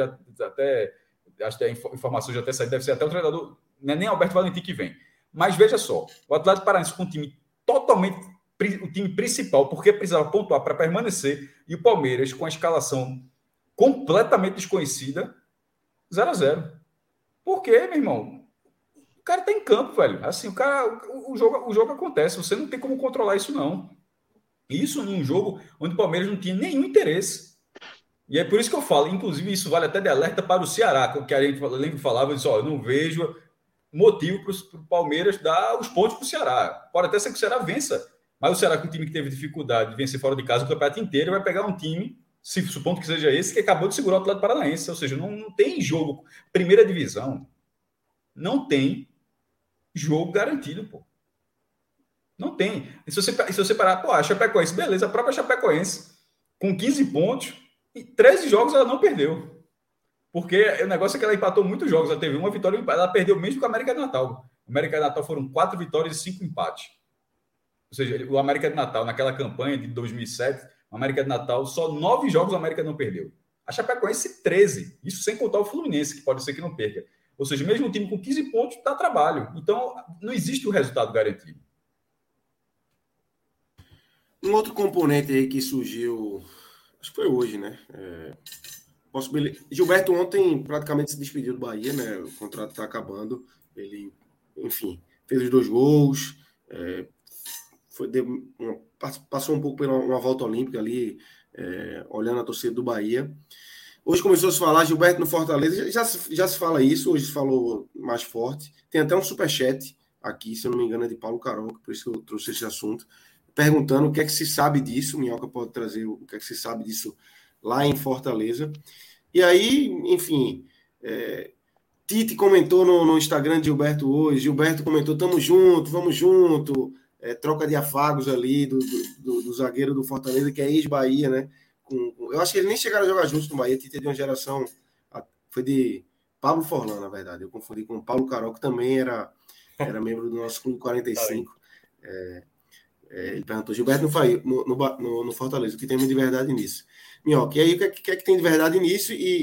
S5: até acho que a informação já até saiu, deve ser até o treinador, não é nem Alberto Valentim que vem. Mas veja só, o Atlético Paranaense com um time totalmente, o time principal, porque precisava pontuar para permanecer, e o Palmeiras com a escalação completamente desconhecida, 0-0. Por quê, meu irmão? O cara tá em campo, velho. Assim, o jogo acontece. Você não tem como controlar isso, não. Isso num jogo onde o Palmeiras não tinha nenhum interesse. E é por isso que eu falo, inclusive, isso vale até de alerta para o Ceará, que a gente lembra falava, eu disse, eu não vejo motivo para o Palmeiras dar os pontos para o Ceará. Pode até ser que o Ceará vença, mas o Ceará, com o time que teve dificuldade de vencer fora de casa o campeonato inteiro, vai pegar um time, se supondo que seja esse, que acabou de segurar o Atlético Paranaense. Ou seja, não tem jogo. Primeira divisão, não tem jogo garantido, pô. Não tem. E se você parar, pô, a Chapecoense, beleza, a própria Chapecoense, com 15 pontos, e 13 jogos ela não perdeu. Porque o negócio é que ela empatou muitos jogos. Ela teve uma vitória, ela perdeu mesmo com a América de Natal. O América de Natal foram 4 vitórias e 5 empates. Ou seja, o América de Natal, naquela campanha de 2007, o América de Natal, só 9 jogos o América não perdeu. A Chapecoense, 13. Isso sem contar o Fluminense, que pode ser que não perca. Ou seja, mesmo um time com 15 pontos, dá trabalho. Então, não existe o resultado garantido.
S2: Um outro componente aí que surgiu, acho que foi hoje, né? Gilberto ontem praticamente se despediu do Bahia, né? O contrato está acabando. Ele, enfim, fez os 2 gols, passou um pouco por uma volta olímpica ali, olhando a torcida do Bahia. Hoje começou a se falar, Gilberto no Fortaleza, já se fala isso, hoje se falou mais forte. Tem até um superchat aqui, se eu não me engano, é de Paulo Caroca, por isso que eu trouxe esse assunto, perguntando o que é que se sabe disso. O Minhoca pode trazer o que é que se sabe disso lá em Fortaleza. E aí, enfim, Tite comentou no Instagram de Gilberto hoje, Gilberto comentou, tamo junto, vamos junto, troca de afagos ali do zagueiro do Fortaleza, que é ex-Bahia, né? Eu acho que eles nem chegaram a jogar juntos no Bahia. Tite de uma geração, foi de Pablo Forlan, na verdade, eu confundi com o Paulo Carol, que também era membro do nosso Clube 45. Ele perguntou, Gilberto no Fortaleza, o que tem de verdade nisso? Minhoca, e aí o que é que tem de verdade nisso? E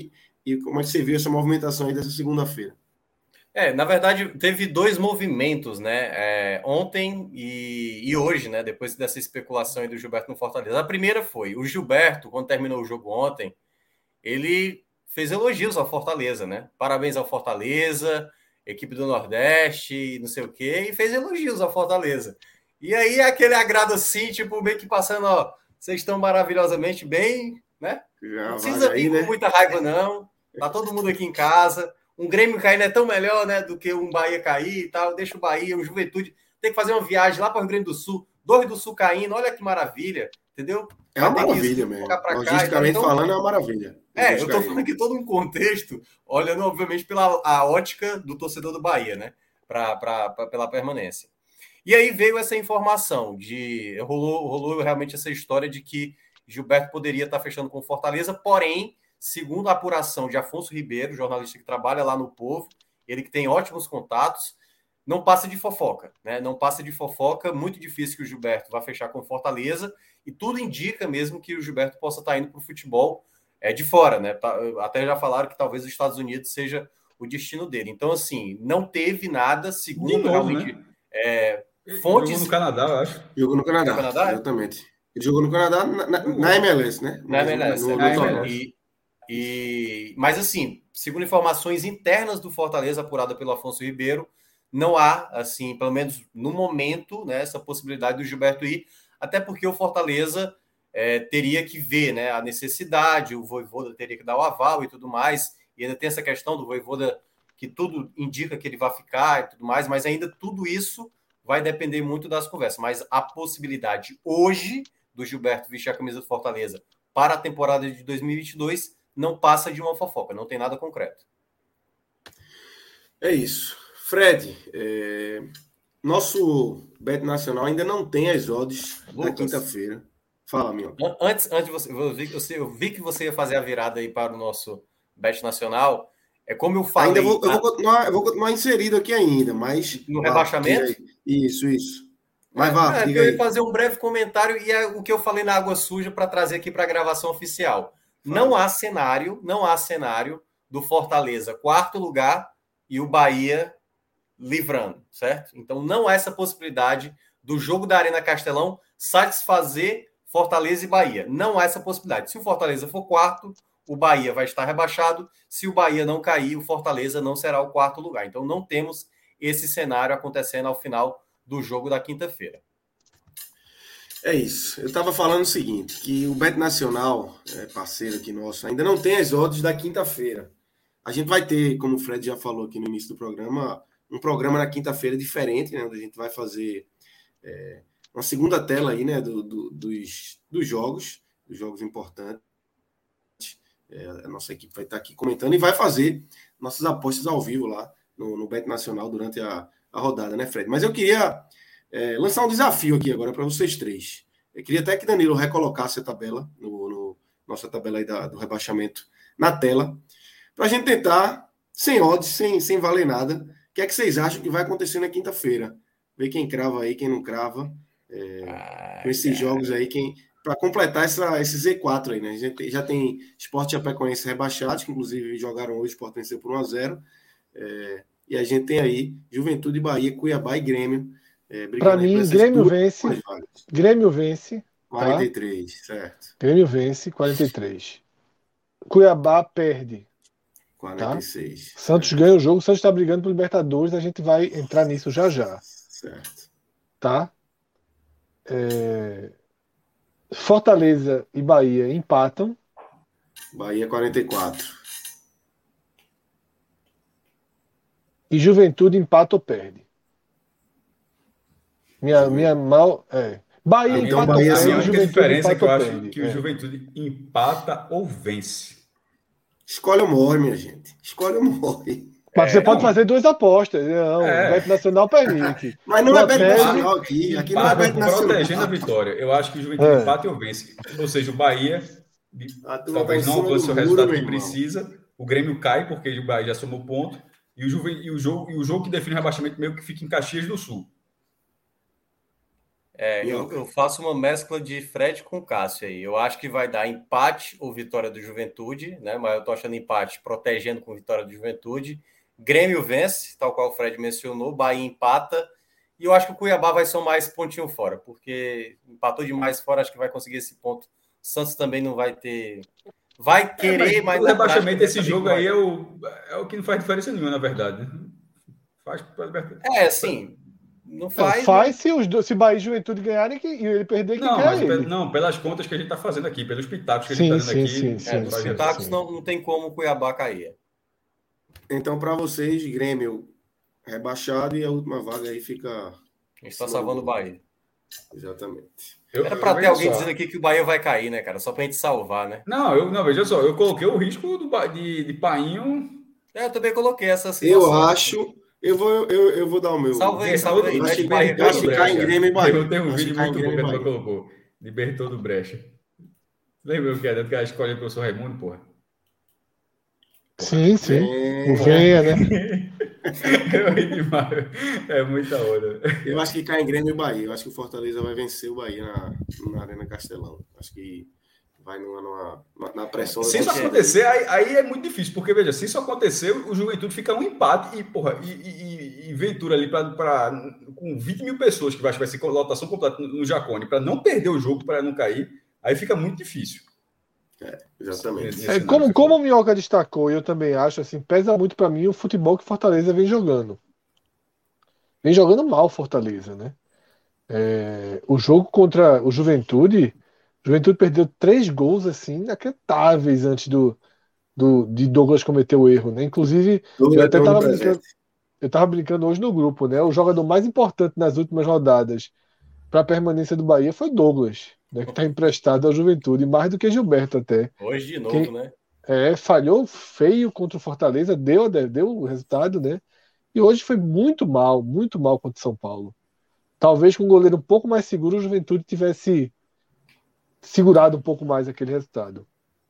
S2: E como é que você viu essa movimentação aí dessa segunda-feira?
S3: Na verdade, teve 2 movimentos, né? Ontem e hoje, né? Depois dessa especulação aí do Gilberto no Fortaleza. A primeira foi, o Gilberto, quando terminou o jogo ontem, ele fez elogios ao Fortaleza, né? Parabéns ao Fortaleza, equipe do Nordeste, não sei o quê, e fez elogios ao Fortaleza. E aí aquele agrado assim, tipo, meio que passando, ó, vocês estão maravilhosamente bem, né? Não precisa vir com muita raiva, não. Tá todo mundo aqui em casa. Um Grêmio cair não é tão melhor, né, do que um Bahia cair e tal. Deixa o Bahia, o Juventude tem que fazer uma viagem lá para o Rio Grande do Sul, 2 do Sul caindo, olha que maravilha, entendeu?
S2: É uma maravilha mesmo. Logisticamente falando, é uma maravilha.
S3: Eu tô falando aqui todo um contexto, olhando, obviamente, pela a ótica do torcedor do Bahia, né? Pela permanência. E aí veio essa informação rolou realmente essa história de que Gilberto poderia estar fechando com o Fortaleza, porém, segundo a apuração de Afonso Ribeiro, jornalista que trabalha lá no Povo, ele que tem ótimos contatos, não passa de fofoca, né? Não passa de fofoca, muito difícil que o Gilberto vá fechar com o Fortaleza, e tudo indica mesmo que o Gilberto possa estar indo para o futebol de fora, né? Até já falaram que talvez os Estados Unidos seja o destino dele. Então, assim, não teve nada, segundo
S5: novo,
S3: realmente
S5: né?
S3: fontes...
S5: Jogou no Canadá, eu acho.
S2: Jogou no Canadá, exatamente. Ele jogou no Canadá na MLS, né?
S3: Na MLS. Mas, assim, segundo informações internas do Fortaleza, apurada pelo Afonso Ribeiro, não há, assim, pelo menos no momento, né, essa possibilidade do Gilberto ir, até porque o Fortaleza teria que ver, né, a necessidade, o Vojvoda teria que dar o aval e tudo mais, e ainda tem essa questão do Vojvoda, que tudo indica que ele vai ficar e tudo mais, mas ainda tudo isso vai depender muito das conversas. Mas a possibilidade hoje do Gilberto vestir a camisa do Fortaleza para a temporada de 2022 não passa de uma fofoca, não tem nada concreto.
S2: É isso. Fred, nosso Bet Nacional ainda não tem as odds da quinta-feira. Fala, meu.
S3: Antes de você, eu vi que você ia fazer a virada aí para o nosso Bet Nacional. É como eu falei.
S2: Ainda eu vou continuar inserido aqui ainda, mas.
S3: No rebaixamento?
S2: Isso. Mas diga
S3: eu
S2: aí.
S3: ia fazer um breve comentário e é o que eu falei na Água Suja para trazer aqui para a gravação oficial. Não há cenário do Fortaleza, 4º lugar, e o Bahia livrando, certo? Então não há essa possibilidade do jogo da Arena Castelão satisfazer Fortaleza e Bahia. Não há essa possibilidade. Se o Fortaleza for 4º, o Bahia vai estar rebaixado. Se o Bahia não cair, o Fortaleza não será o 4º lugar. Então não temos esse cenário acontecendo ao final do jogo da quinta-feira.
S2: É isso. Eu estava falando o seguinte, que o Bet Nacional, parceiro aqui nosso, ainda não tem as odds da quinta-feira. A gente vai ter, como o Fred já falou aqui no início do programa, um programa na quinta-feira diferente, né, onde a gente vai fazer uma segunda tela aí, né, dos jogos importantes. A nossa equipe vai estar aqui comentando e vai fazer nossas apostas ao vivo lá no Bet Nacional durante a rodada, né, Fred? Mas eu queria lançar um desafio aqui agora para vocês três. Eu queria até que Danilo recolocasse a tabela, nossa tabela aí do rebaixamento na tela, para a gente tentar, sem odds, sem valer nada, o que é que vocês acham que vai acontecer na quinta-feira? Ver quem crava aí, quem não crava, com esses jogos aí, para completar esse Z4 aí, né? A gente já tem Sport e Chapecoense rebaixados, que inclusive jogaram hoje, o Sport venceu por 1-0, e a gente tem aí Juventude, Bahia, Cuiabá e Grêmio.
S4: Para mim, Grêmio vence.
S2: 43, tá? Certo.
S4: Grêmio vence, 43. Cuiabá perde.
S2: 46.
S4: Tá? Santos ganha o jogo, Santos está brigando por Libertadores, a gente vai entrar nisso já.
S2: Certo.
S4: Tá? Fortaleza e Bahia empatam.
S2: Bahia 44.
S4: E Juventude empata ou perde. Minha mal. Bahia
S2: então,
S4: empata
S2: Bahia,
S4: ou perde.
S5: A única diferença é que eu acho que o
S4: Juventude
S5: empata ou vence.
S2: Escolhe ou morre, minha gente. Escolhe ou morre.
S4: Mas você pode fazer 2 apostas. Não, o Bet Nacional permite.
S2: Mas não é Bet Nacional aqui. Aqui não é Bet Nacional.
S5: Protegendo a vitória. Eu acho que o Juventude empata ou vence. Ou seja, o Bahia talvez não alcance o resultado que precisa. O Grêmio cai, porque o Bahia já somou ponto. E o jogo que define o rebaixamento meio que fica em Caxias do Sul.
S3: Eu faço uma mescla de Fred com Cássio aí. Eu acho que vai dar empate ou vitória do Juventude, né? Mas eu tô achando empate, protegendo com vitória do Juventude. Grêmio vence, tal qual o Fred mencionou. Bahia empata. E eu acho que o Cuiabá vai somar esse pontinho fora, porque empatou demais fora, acho que vai conseguir esse ponto. O Santos também não vai ter... Vai querer, mas...
S5: O rebaixamento desse jogo aí é o que não faz diferença nenhuma, na verdade. Faz para Libertadores.
S3: Sim. Não faz.
S4: Faz se Bahia e Juventude ganharem e ele perder, quem quer ele.
S5: Não, pelas contas que a gente está fazendo aqui, pelos pitacos que a gente está dando aqui.
S3: Os pitacos não tem como o Cuiabá cair.
S2: Então, para vocês, Grêmio rebaixado e a última vaga aí fica...
S3: A gente está salvando o Bahia.
S2: Exatamente.
S3: Era para ter alguém dizendo aqui que o Bahia vai cair, né, cara? Só para a gente salvar, né?
S5: Não, veja só, eu coloquei o risco de Painho.
S3: Eu também coloquei essa situação.
S2: Eu acho... Eu vou dar o meu.
S3: Salve aí.
S2: Acho que cai em Grêmio e Bahia.
S5: Eu tenho um vídeo muito bom que a turma colocou. De Bertoldo Brecha. Lembra o que é? Que ela escolhe o professor Raimundo, porra?
S4: Sim. O Venha, né?
S5: Eu ri demais. É muita hora.
S2: Eu acho que cai em Grêmio e Bahia. Eu acho que o Fortaleza vai vencer o Bahia na Arena Castelão. Acho que vai na pressão.
S5: Se isso acontecer, aí é muito difícil, porque, veja, se isso acontecer, o Juventude fica um empate e Ventura ali com 20 mil pessoas, que vai ser lotação completa no Jacone, para não perder o jogo, para não cair, aí fica muito difícil.
S2: Exatamente.
S4: Como o Minhoca destacou, eu também acho, assim, pesa muito para mim o futebol que Fortaleza vem jogando. Vem jogando mal Fortaleza, né? O jogo contra o Juventude perdeu 3 gols, assim, inacreditáveis antes de Douglas cometer o erro, né? Inclusive, eu até tava brincando hoje no grupo, né? O jogador mais importante nas últimas rodadas para a permanência do Bahia foi Douglas, né? Que está emprestado ao Juventude, mais do que Gilberto até.
S3: Hoje de novo, né?
S4: Falhou feio contra o Fortaleza, deu o resultado, né? E hoje foi muito mal contra o São Paulo. Talvez com um goleiro um pouco mais seguro, o Juventude tivesse segurado um pouco mais aquele resultado.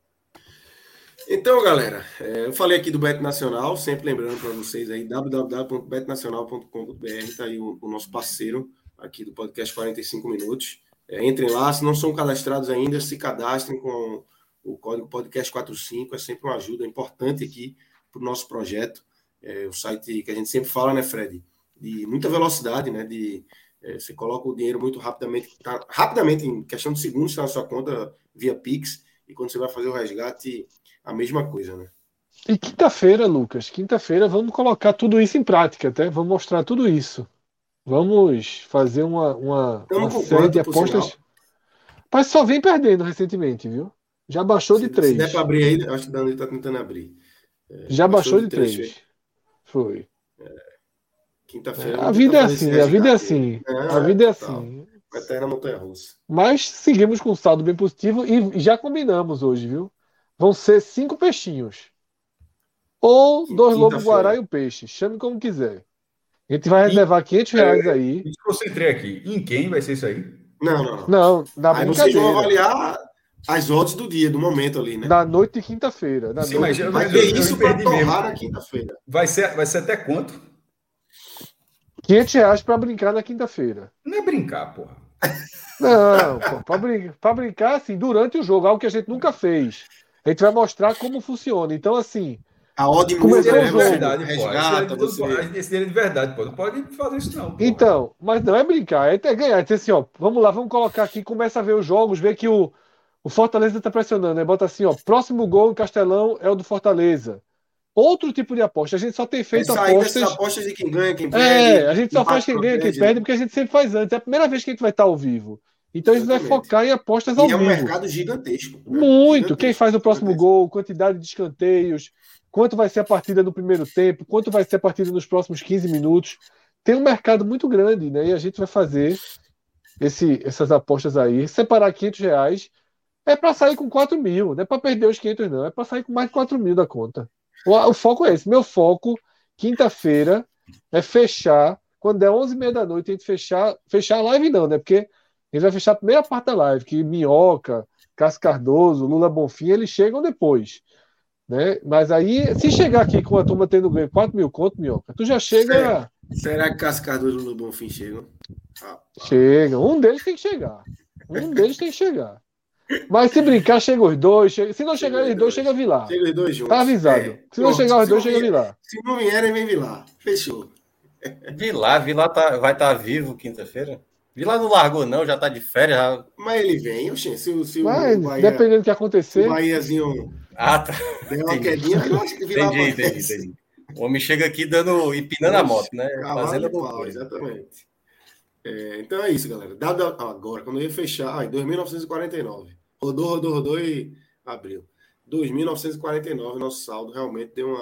S2: Então, galera, eu falei aqui do Bet Nacional, sempre lembrando para vocês aí, www.betnacional.com.br, está aí o nosso parceiro aqui do podcast 45 Minutos. Entrem lá, se não são cadastrados ainda, se cadastrem com o código podcast45, é sempre uma ajuda importante aqui para o nosso projeto. O site que a gente sempre fala, né, Fred? De muita velocidade, né? Você coloca o dinheiro muito rapidamente, em questão de segundos, está na sua conta via Pix, e quando você vai fazer o resgate, a mesma coisa, né?
S4: E quinta-feira, Lucas, vamos colocar tudo isso em prática, até. Vamos mostrar tudo isso. Vamos fazer uma série de apostas. Mas só vem perdendo recentemente, viu? Já baixou de 3.
S2: Se der para abrir aí, acho que o Danilo está tentando abrir.
S4: Já baixou de 3. Foi.
S2: Quinta-feira.
S4: A vida é assim, a vida é assim. A vida é assim.
S2: Vai estar na montanha-russa.
S4: Mas seguimos com um saldo bem positivo e já combinamos hoje, viu? Vão ser 5 peixinhos. Ou 2 lobos guará e um peixe. Chame como quiser. A gente vai reservar R$500 aí.
S5: Me concentrei aqui. Em quem vai ser isso aí?
S2: Não.
S4: Aí
S2: vocês vão avaliar as odds do dia, do momento ali, né?
S4: Da noite de quinta-feira.
S5: Sim, mas
S2: vai ter isso para torrar na quinta-feira.
S5: Vai ser até quanto?
S4: R$500 para brincar na quinta-feira.
S5: Não é brincar, porra.
S4: Não, para brincar assim, durante o jogo, algo que a gente nunca fez. A gente vai mostrar como funciona. Então, assim.
S2: A odd
S4: começou
S2: muda,
S4: o jogo.
S5: Verdade,
S2: resgata,
S5: esse dinheiro é de verdade, pô. Não pode fazer isso, não. Porra.
S4: Então, mas não é brincar, é ganhar. É dizer assim, ó, vamos lá, vamos colocar aqui, começa a ver os jogos, ver que o Fortaleza tá pressionando, né? Bota assim, ó, próximo gol em Castelão é o do Fortaleza. Outro tipo de aposta. A gente só tem feito apostas.
S2: Apostas de quem ganha, quem perde.
S4: A gente só faz quem ganha, quem perde, porque a gente sempre faz antes. É a primeira vez que a gente vai estar ao vivo. Então a gente vai focar em apostas ao vivo.
S2: E é um mercado gigantesco. Né?
S4: Muito. Gigantesco, quem faz o próximo gol, quantidade de escanteios, quanto vai ser a partida no primeiro tempo, quanto vai ser a partida nos próximos 15 minutos. Tem um mercado muito grande, né? E a gente vai fazer essas apostas aí. Separar R$500 é para sair com 4 mil. Não é para perder os 500, não. É para sair com mais de 4 mil da conta. O foco é esse. Meu foco, quinta-feira, é fechar. Quando der 11h30 da noite, a gente fechar a live não, né? Porque a gente vai fechar a primeira parte da live, que Minhoca, Cássio Cardoso, Lula Bonfim, eles chegam depois. Né? Mas aí, se chegar aqui com a turma tendo ganho 4 mil conto, Minhoca, tu já chega
S2: Será que Cássio Cardoso e Lula Bonfim chegam?
S4: Chega. Um deles tem que chegar. Mas se brincar, chega os dois. Se não chegar os dois, chega Vilar.
S2: Chega os dois juntos.
S4: Tá avisado. Se não chegar os dois, chega Vilar.
S2: Se não vierem, vem Vilar. Fechou.
S3: Vilar vai estar vivo quinta-feira? Vilar não largou, não, já tá de férias. Já...
S2: Mas ele vem, oxê. Se
S4: o Bahia, dependendo do que acontecer.
S2: O Bahiazinho
S3: tá.
S2: Deu uma quedinha, eu acho que Vilar
S3: entendi. O homem chega aqui empinando a moto, né?
S2: Fazendo pau, exatamente. Então é isso, galera. Agora, quando eu ia fechar, em 2949. Rodou e abriu. 2.949, nosso saldo realmente deu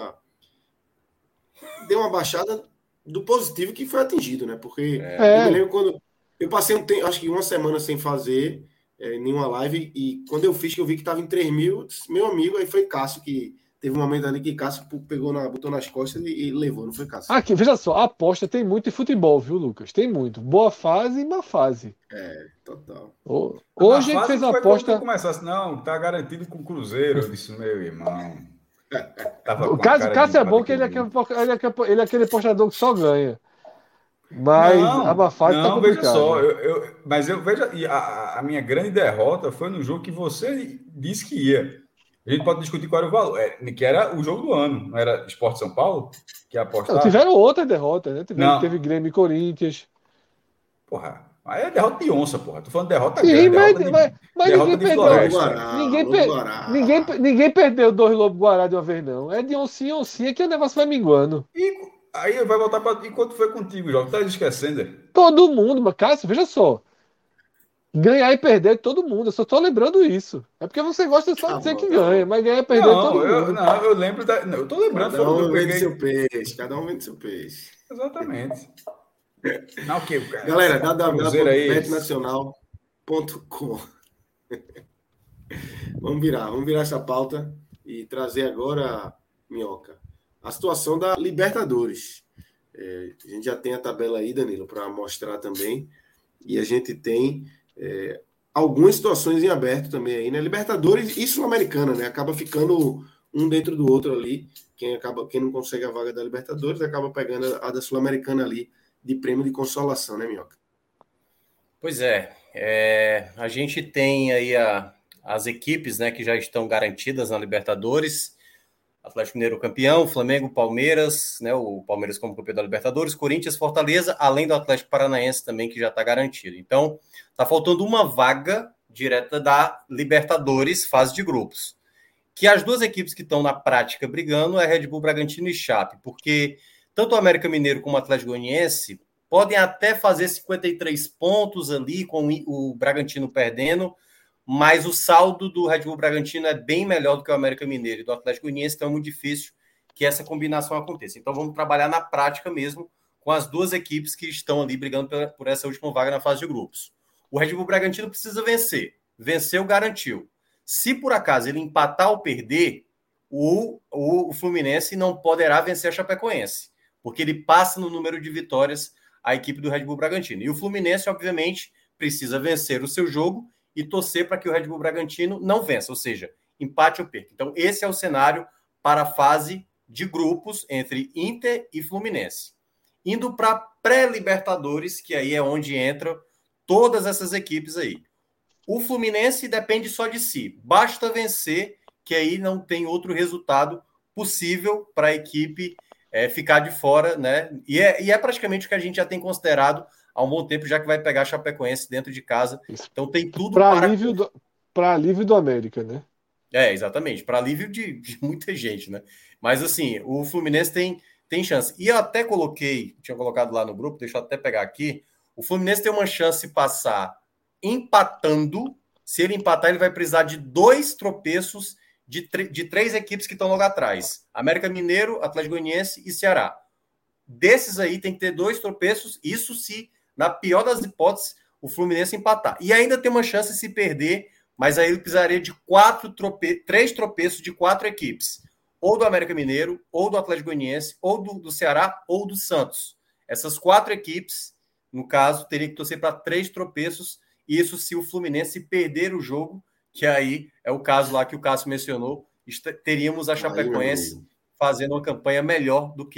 S2: uma baixada do positivo que foi atingido, né? Porque eu me lembro quando eu passei acho que uma semana sem fazer nenhuma live, e quando eu fiz, que eu vi que estava em 3.000, meu amigo, aí foi Cássio, que teve um momento ali que Cássio botou nas costas e levou, não foi Cássio?
S4: Aqui, veja só, a aposta tem muito em futebol, viu, Lucas? Tem muito. Boa fase e má fase.
S2: Total.
S4: Hoje a gente fez uma aposta.
S5: Começasse, não, tá garantido com o Cruzeiro. Eu disse, meu irmão.
S4: O Cássio é bom que ele é aquele apostador que só ganha. Mas a má fase tá complicada.
S5: Veja só, mas eu vejo, a minha grande derrota foi no jogo que você disse que ia. A gente pode discutir qual era o valor, que era o jogo do ano, não era Sport São Paulo? Que apostava.
S4: Tiveram outras derrotas, né? Teve Grêmio e Corinthians.
S5: Porra, aí é derrota de onça, porra. Tô falando derrota
S4: grande.
S5: Mas
S4: ninguém perdeu. Ninguém perdeu 2 Lobo-Guará de uma vez, não. É de oncinha que o negócio vai minguando.
S5: Aí vai voltar para. Enquanto foi contigo, João? Tá esquecendo?
S4: Todo mundo, mas Cássio, veja só. Ganhar e perder de todo mundo. Eu só tô lembrando isso. É porque você gosta só de dizer que ganha, mas ganhar e perder de todo mundo.
S5: Eu lembro. Eu tô lembrando.
S2: Cada um vende seu peixe.
S5: Exatamente. Não, que
S2: galera, www.betnacional.com. Vamos virar essa pauta e trazer agora, Minhoca, a situação da Libertadores. A gente já tem a tabela aí, Danilo, para mostrar também. E a gente tem algumas situações em aberto também aí, né? Libertadores e Sul-Americana, né? Acaba ficando um dentro do outro ali. Quem não consegue a vaga da Libertadores acaba pegando a da Sul-Americana ali, de prêmio de consolação, né, Minhoca?
S3: Pois a gente tem aí as equipes, né, que já estão garantidas na Libertadores. Atlético Mineiro campeão, Flamengo, Palmeiras, né, o Palmeiras como campeão da Libertadores, Corinthians, Fortaleza, além do Atlético Paranaense também, que já está garantido. Então, está faltando uma vaga direta da Libertadores, fase de grupos. Que as duas equipes que estão na prática brigando é Red Bull Bragantino e Chape, porque tanto o América Mineiro como o Atlético Goianiense podem até fazer 53 pontos ali, com o Bragantino perdendo, mas o saldo do Red Bull Bragantino é bem melhor do que o América Mineiro e do Atlético Goianiense, então é muito difícil que essa combinação aconteça. Então vamos trabalhar na prática mesmo com as duas equipes que estão ali brigando por essa última vaga na fase de grupos. O Red Bull Bragantino precisa vencer. Venceu, garantiu. Se por acaso ele empatar ou perder, o Fluminense não poderá vencer a Chapecoense, porque ele passa no número de vitórias a equipe do Red Bull Bragantino. E o Fluminense, obviamente, precisa vencer o seu jogo e torcer para que o Red Bull Bragantino não vença, ou seja, empate ou perca. Então, esse é o cenário para a fase de grupos entre Inter e Fluminense. Indo para pré-Libertadores, que aí é onde entram todas essas equipes aí. O Fluminense depende só de si. Basta vencer, que aí não tem outro resultado possível para a equipe ficar de fora, né? E é praticamente o que a gente já tem considerado há um bom tempo, já que vai pegar a Chapecoense dentro de casa. Então tem tudo
S4: para alívio do América, né?
S3: Exatamente, para alívio de muita gente, né? Mas assim, o Fluminense tem chance. E eu até tinha colocado lá no grupo, deixa eu até pegar aqui, o Fluminense tem uma chance de passar empatando. Se ele empatar, ele vai precisar de 2 tropeços de 3 equipes que estão logo atrás. América Mineiro, Atlético Goianiense e Ceará. Desses aí tem que ter 2 tropeços, isso se, na pior das hipóteses, o Fluminense empatar. E ainda tem uma chance de se perder, mas aí ele precisaria de 3 tropeços de 4 equipes. Ou do América Mineiro, ou do Atlético Goianiense, ou do Ceará, ou do Santos. Essas 4 equipes, no caso, teriam que torcer para 3 tropeços, isso se o Fluminense perder o jogo, que aí é o caso lá que o Cássio mencionou, teríamos a Chapecoense fazendo uma campanha melhor do que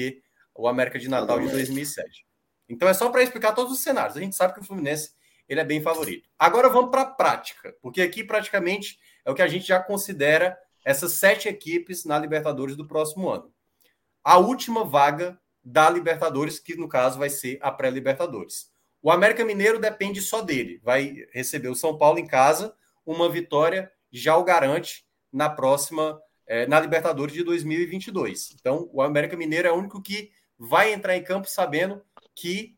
S3: o América de Natal de 2007. Então é só para explicar todos os cenários. A gente sabe que o Fluminense ele é bem favorito. Agora vamos para a prática, porque aqui praticamente é o que a gente já considera essas 7 equipes na Libertadores do próximo ano. A última vaga da Libertadores, que no caso vai ser a pré-Libertadores. O América Mineiro depende só dele. Vai receber o São Paulo em casa, uma vitória já o garante na próxima, na Libertadores de 2022. Então, o América Mineiro é o único que vai entrar em campo sabendo que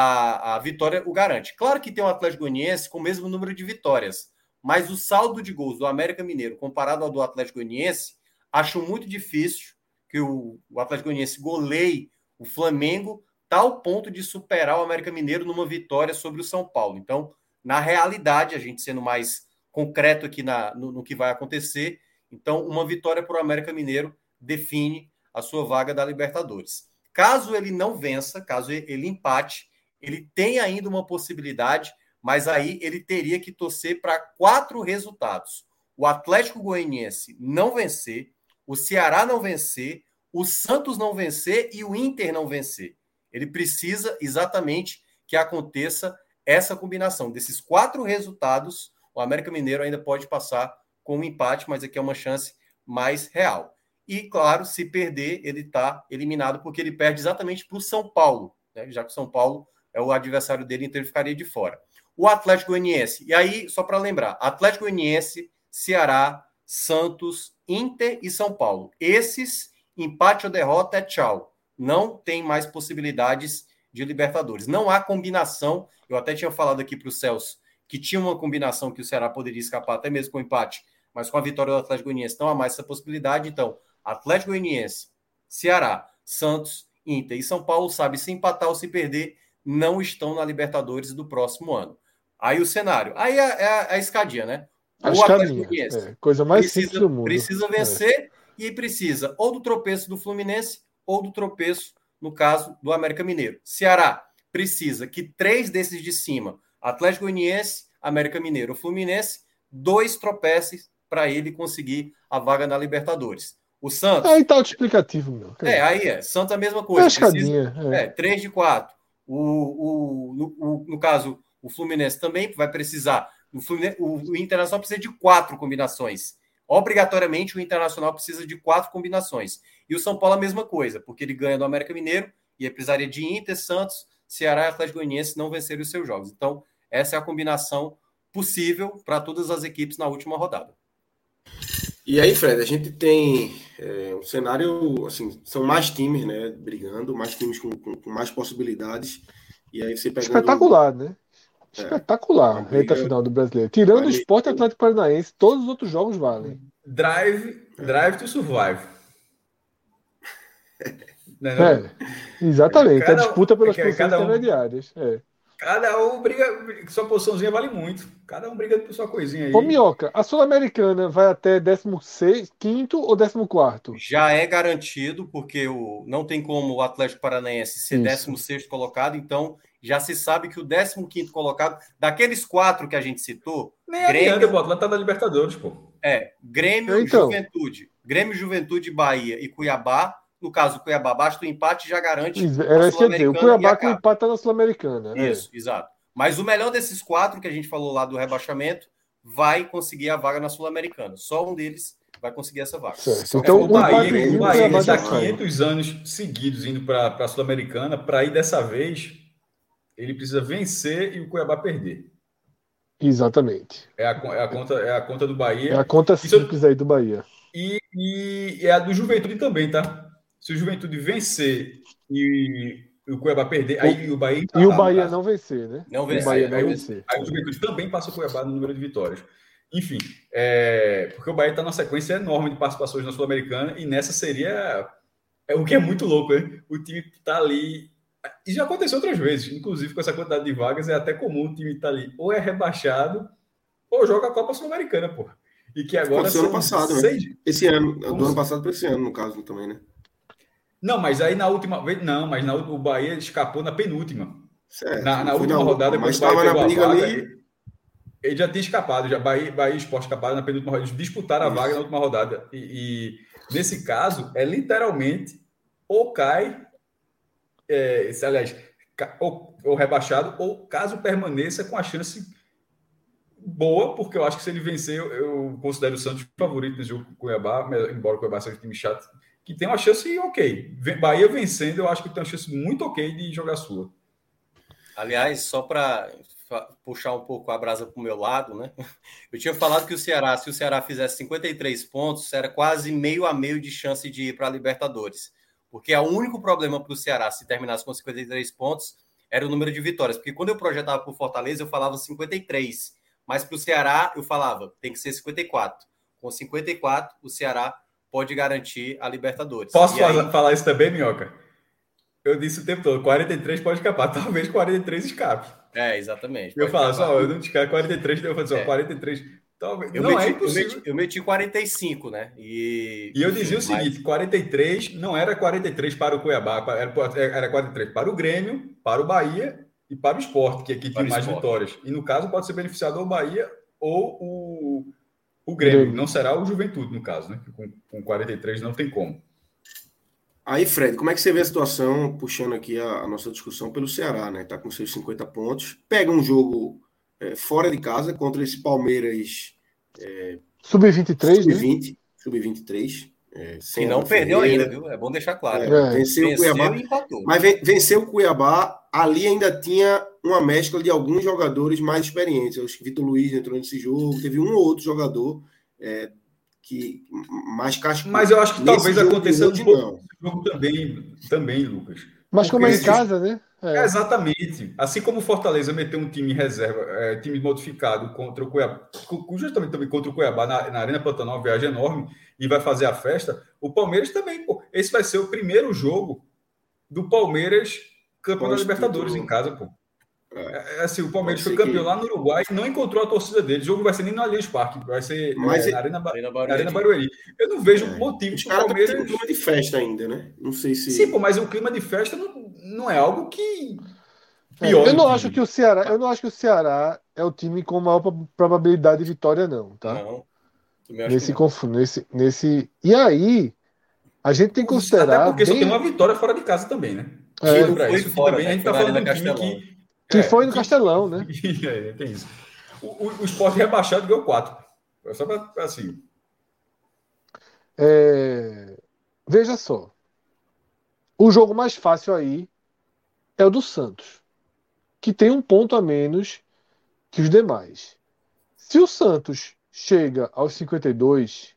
S3: a vitória o garante. Claro que tem o Atlético Goianiense com o mesmo número de vitórias, mas o saldo de gols do América Mineiro comparado ao do Atlético Goianiense, acho muito difícil que o Atlético Goianiense goleie o Flamengo tal ponto de superar o América Mineiro numa vitória sobre o São Paulo. Então, na realidade, a gente sendo mais concreto aqui no que vai acontecer, então uma vitória para o América Mineiro define a sua vaga da Libertadores. Caso ele não vença, caso ele empate, ele tem ainda uma possibilidade, mas aí ele teria que torcer para 4 resultados. O Atlético Goianiense não vencer, o Ceará não vencer, o Santos não vencer e o Inter não vencer. Ele precisa exatamente que aconteça essa combinação. Desses 4 resultados, o América Mineiro ainda pode passar com um empate, mas aqui é uma chance mais real. E, claro, se perder, ele está eliminado, porque ele perde exatamente para o São Paulo, né? Já que o São Paulo é o adversário dele, então ele ficaria de fora. O Atlético Goianiense, e aí, só para lembrar, Atlético Goianiense, Ceará, Santos, Inter e São Paulo. Esses, empate ou derrota, é tchau. Não tem mais possibilidades de Libertadores. Não há combinação, eu até tinha falado aqui para o Celso, que tinha uma combinação que o Ceará poderia escapar, até mesmo com empate, mas com a vitória do Atlético Goianiense não há mais essa possibilidade. Então, Atlético Goianiense, Ceará, Santos, Inter e São Paulo, sabe, se empatar ou se perder, não estão na Libertadores do próximo ano. Aí o cenário, aí é a escadinha, né?
S4: A escadinha, coisa mais simples do mundo.
S3: Precisa vencer e precisa ou do tropeço do Fluminense ou do tropeço, no caso, do América Mineiro. Ceará precisa que 3 desses de cima, Atlético Goianiense, América Mineiro, Fluminense, 2 tropeços para ele conseguir a vaga na Libertadores. O Santos...
S4: Aí tá o explicativo, meu.
S3: Santos a mesma coisa.
S4: É a escadinha.
S3: 3 de 4. No caso, o Fluminense também vai precisar. O Internacional precisa de 4 combinações. Obrigatoriamente, o Internacional precisa de 4 combinações. E o São Paulo a mesma coisa, porque ele ganha do América Mineiro e ele precisaria de Inter, Santos, Ceará e Atlético Goianiense não vencerem os seus jogos. Então, essa é a combinação possível para todas as equipes na última rodada.
S2: E aí, Fred, a gente tem um cenário, assim, são mais times, né, brigando, mais times com mais possibilidades. E aí você pega
S4: espetacular, né? Espetacular, reta final do Brasileiro. Tirando o Sport Atlético Paranaense, todos os outros jogos valem.
S5: Drive to survive.
S4: Exatamente, a disputa pelas posições intermediárias.
S5: Cada um briga, sua posiçãozinha vale muito. Cada um briga por sua coisinha aí.
S4: Ô, Minhoca, a Sul-Americana vai até 15º ou 14º?
S3: Já é garantido, porque não tem como o Atlético Paranaense ser 16º colocado, então já se sabe que o 15º colocado, daqueles 4 que a gente citou...
S5: Nem Grêmio, o Atlético tá na Libertadores, pô.
S3: Grêmio, Juventude, Bahia e Cuiabá. No caso, o Cuiabá basta o empate já garante
S4: a Sul-Americana. O Cuiabá com o empate está na Sul-Americana.
S3: Isso, exato. Mas o melhor desses 4 que a gente falou lá do rebaixamento vai conseguir a vaga na Sul-Americana. Só um deles vai conseguir essa vaga.
S4: Então,
S5: o Bahia está 500 anos seguidos indo para a Sul-Americana. Para ir dessa vez, ele precisa vencer e o Cuiabá perder.
S4: Exatamente.
S5: É a conta do Bahia.
S4: É a conta simples aí do Bahia.
S5: E é a do Juventude também, tá? Se o Juventude vencer e o Cuiabá perder, aí o Bahia...
S4: E o Bahia não vencer, né?
S3: Não vencer.
S5: Aí o Juventude também passa o Cuiabá no número de vitórias. Enfim, porque o Bahia está numa sequência enorme de participações na Sul-Americana e nessa seria... o que é muito louco, né? O time está ali... E já aconteceu outras vezes, inclusive com essa quantidade de vagas, é até comum o time estar ali ou é rebaixado ou joga a Copa Sul-Americana, pô. E que agora
S2: ano passado, 6... né? Esse ano, do ano passado para esse ano, no caso, também, né?
S5: Não, mas aí na última vez, não, mas o Bahia escapou na penúltima.
S2: Certo,
S5: na última rodada,
S2: mas estava na briga ali.
S5: Ele já tinha escapado, Bahia e Sport escaparam na penúltima rodada, eles disputaram a vaga na última rodada. E nesse caso, é literalmente ou cai aliás, ou rebaixado, ou caso permaneça com a chance boa, porque eu acho que se ele vencer, eu considero o Santos favorito nesse jogo com o Cuiabá, embora o Cuiabá seja um time chato, que tem uma chance ok. Bahia vencendo, eu acho que tem uma chance muito ok de jogar Sula.
S3: Aliás, só para puxar um pouco a brasa para o meu lado, né? Eu tinha falado que se o Ceará fizesse 53 pontos, era quase meio a meio de chance de ir para a Libertadores. Porque o único problema para o Ceará, se terminasse com 53 pontos, era o número de vitórias. Porque quando eu projetava para o Fortaleza, eu falava 53. Mas para o Ceará, eu falava, tem que ser 54. Com 54, o Ceará pode garantir a Libertadores.
S5: Posso falar isso também, Minhoca? Eu disse o tempo todo, 43 pode escapar. Talvez 43 escape.
S3: Exatamente.
S5: Eu falo só, eu não descarto 43, eu falo só, 43... Talvez. É impossível.
S3: Eu meti 45, né?
S5: E eu dizia o seguinte, 43 não era 43 para o Cuiabá, era 43 para o Grêmio, para o Bahia e para o Sport, que aqui tem mais vitórias. E no caso pode ser beneficiado ou o Bahia ou o Grêmio. Não será o Juventude, no caso, né? Com 43 não tem como.
S2: Aí, Fred, como é que você vê a situação, puxando aqui a nossa discussão pelo Ceará, né? Tá com seus 50 pontos, pega um jogo fora de casa contra esse Palmeiras
S4: Sub-23,
S2: Sub-20, né? Sub-23.
S3: Que não perdeu ainda, viu? É bom deixar claro.
S2: Venceu o Cuiabá,
S3: e empatou.
S2: Mas venceu o Cuiabá, ali ainda tinha uma mescla de alguns jogadores mais experientes. Eu acho que Vitor Luiz entrou nesse jogo, teve um ou outro jogador que mais cascudo.
S5: Mas eu acho que talvez aconteça um pouco no jogo também, Lucas.
S4: Mas como é em casa, né?
S5: Exatamente. Assim como o Fortaleza meteu um time reserva, time modificado contra o Cuiabá, justamente também contra o Cuiabá na Arena Pantanal, uma viagem enorme, e vai fazer a festa, o Palmeiras também, pô. Esse vai ser o primeiro jogo do Palmeiras campeão da Libertadores em casa, pô. Assim, o Palmeiras foi campeão lá no Uruguai e não encontrou a torcida dele. O jogo vai ser nem no Allianz Parque, vai ser na Arena Barueri. Eu não vejo motivo
S2: para o Palmeiras. Tem um clima de festa ainda, né? Não sei se.
S5: Sim, pô, mas o clima de festa não é algo que.
S4: Eu não acho que o Ceará é o time com maior probabilidade de vitória, não, tá?
S3: Não.
S4: Nesse. E aí, a gente tem que considerar.
S5: Até porque só tem uma vitória fora de casa também, né?
S3: A gente tá falando de um time
S4: que foi no Castelão, né?
S5: Tem isso. O Sport rebaixado ganhou 4. Só para assim.
S4: Veja só. O jogo mais fácil aí é o do Santos, que tem um ponto a menos que os demais. Se o Santos chega aos 52,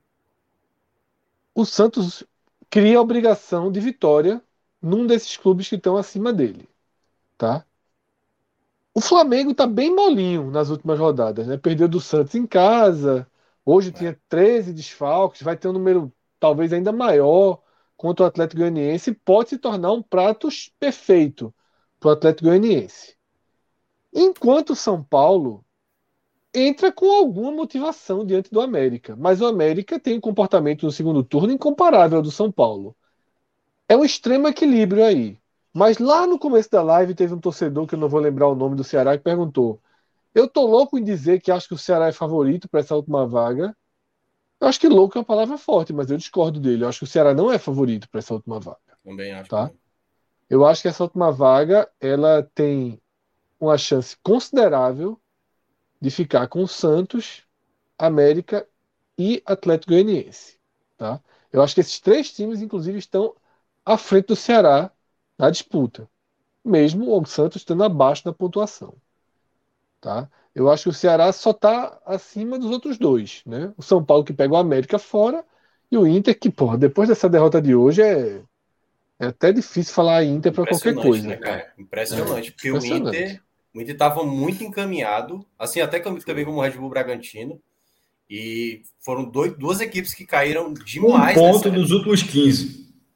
S4: o Santos cria a obrigação de vitória num desses clubes que estão acima dele, tá? O Flamengo está bem molinho nas últimas rodadas, né? Perdeu do Santos em casa, hoje tinha 13 desfalques, vai ter um número talvez ainda maior contra o Atlético Goianiense, pode se tornar um prato perfeito para o Atlético Goianiense. Enquanto o São Paulo entra com alguma motivação diante do América, mas o América tem um comportamento no segundo turno incomparável ao do São Paulo. É um extremo equilíbrio aí. Mas lá no começo da live teve um torcedor, que eu não vou lembrar o nome do Ceará, que perguntou: eu tô louco em dizer que acho que o Ceará é favorito para essa última vaga. Eu acho que louco é uma palavra forte, mas eu discordo dele. Eu acho que o Ceará não é favorito para essa última vaga.
S3: Também acho.
S4: Tá? Eu acho que essa última vaga ela tem uma chance considerável de ficar com o Santos, América e Atlético Goianiense. Tá? Eu acho que esses três times, inclusive, estão à frente do Ceará na disputa, mesmo o Santos estando abaixo na pontuação. Tá? Eu acho que o Ceará só está acima dos outros dois. Né? O São Paulo que pega o América fora e o Inter que, porra, depois dessa derrota de hoje é até difícil falar Inter para qualquer coisa.
S3: Né, cara? Impressionante, porque o Inter estava muito encaminhado, assim, até também como o Red Bull Bragantino, e foram duas equipes que caíram demais.
S5: Um ponto nos últimos 15.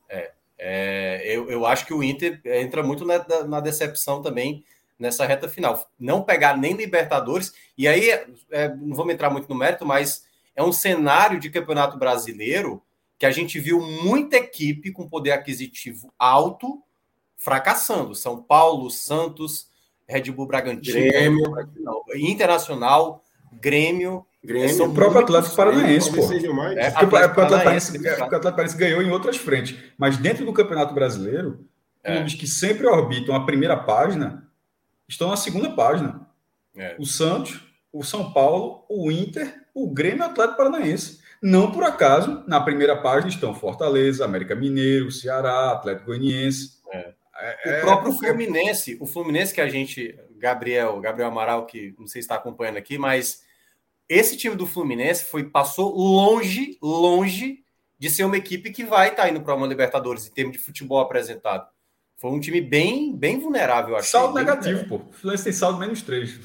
S3: Eu acho que o Inter entra muito na decepção também nessa reta final. Não pegar nem Libertadores, e aí não vamos entrar muito no mérito, mas é um cenário de campeonato brasileiro que a gente viu muita equipe com poder aquisitivo alto fracassando. São Paulo, Santos, Red Bull Bragantino,
S2: Grêmio.
S3: Internacional, Grêmio.
S5: O próprio Atlético Paranaense, pô. O Atlético Paranaense ganhou em outras frentes. Mas dentro do Campeonato Brasileiro, clubes que sempre orbitam a primeira página estão na segunda página. O Santos, o São Paulo, o Inter, o Grêmio e o Atlético Paranaense. Não por acaso, na primeira página estão Fortaleza, América Mineiro, Ceará, Atlético Goianiense.
S3: O próprio Fluminense, o Fluminense que a gente, Gabriel Amaral, que não sei se está acompanhando aqui, mas esse time do Fluminense passou longe de ser uma equipe que vai estar indo para uma Libertadores em termos de futebol apresentado. Foi um time bem vulnerável, eu acho.
S5: Saldo negativo, pô. O Fluminense tem saldo -3.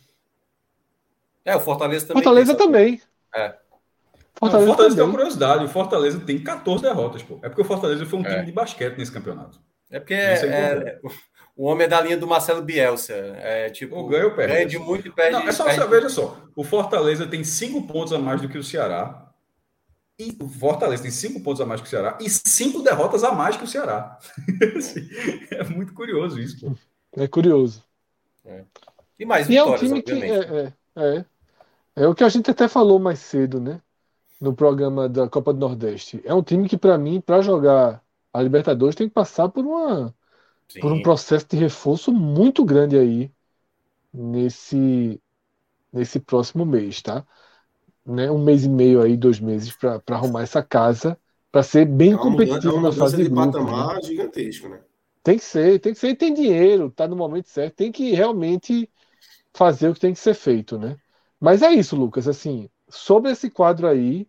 S3: O Fortaleza também.
S4: Fortaleza também.
S5: Fortaleza tem uma curiosidade. O Fortaleza tem 14 derrotas, pô. É porque o Fortaleza foi um time de basquete nesse campeonato.
S3: É porque o homem é da linha do Marcelo Bielsa.
S5: Ganha ou perde.
S3: Ganha de muito e perde.
S5: Não, veja só. O Fortaleza tem 5 pontos a mais do que o Ceará. E o Fortaleza tem 5 pontos a mais que o Ceará e 5 derrotas a mais que o Ceará. É muito curioso isso, pô.
S4: É curioso.
S3: E mais vitórias,
S4: é um time
S3: obviamente.
S4: É o que a gente até falou mais cedo, né? No programa da Copa do Nordeste. É um time que, para mim, para jogar a Libertadores, tem que passar por um processo de reforço muito grande aí nesse próximo mês, tá? Né? 1 mês e meio aí, 2 meses para arrumar essa casa, para ser bem competitivo na fase de grupo,
S2: patamar,
S4: né?
S2: Gigantesco, né?
S4: Tem que ser, e tem dinheiro, tá no momento certo, tem que realmente fazer o que tem que ser feito, né? Mas é isso, Lucas, assim, sobre esse quadro aí,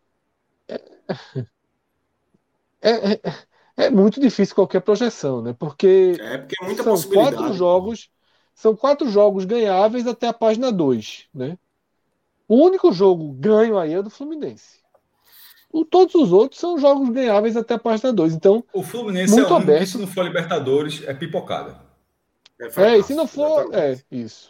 S4: é muito difícil qualquer projeção, né? Porque
S2: é muita
S4: são
S2: possibilidade.
S4: 4 jogos ganháveis até a página 2, né? O único jogo ganho aí é do Fluminense. Todos os outros são jogos ganháveis até a página 2. Então,
S5: o Fluminense
S4: muito
S5: é o único
S4: aberto.
S5: que, se não for Libertadores, é pipocada.
S4: E se não for... Isso.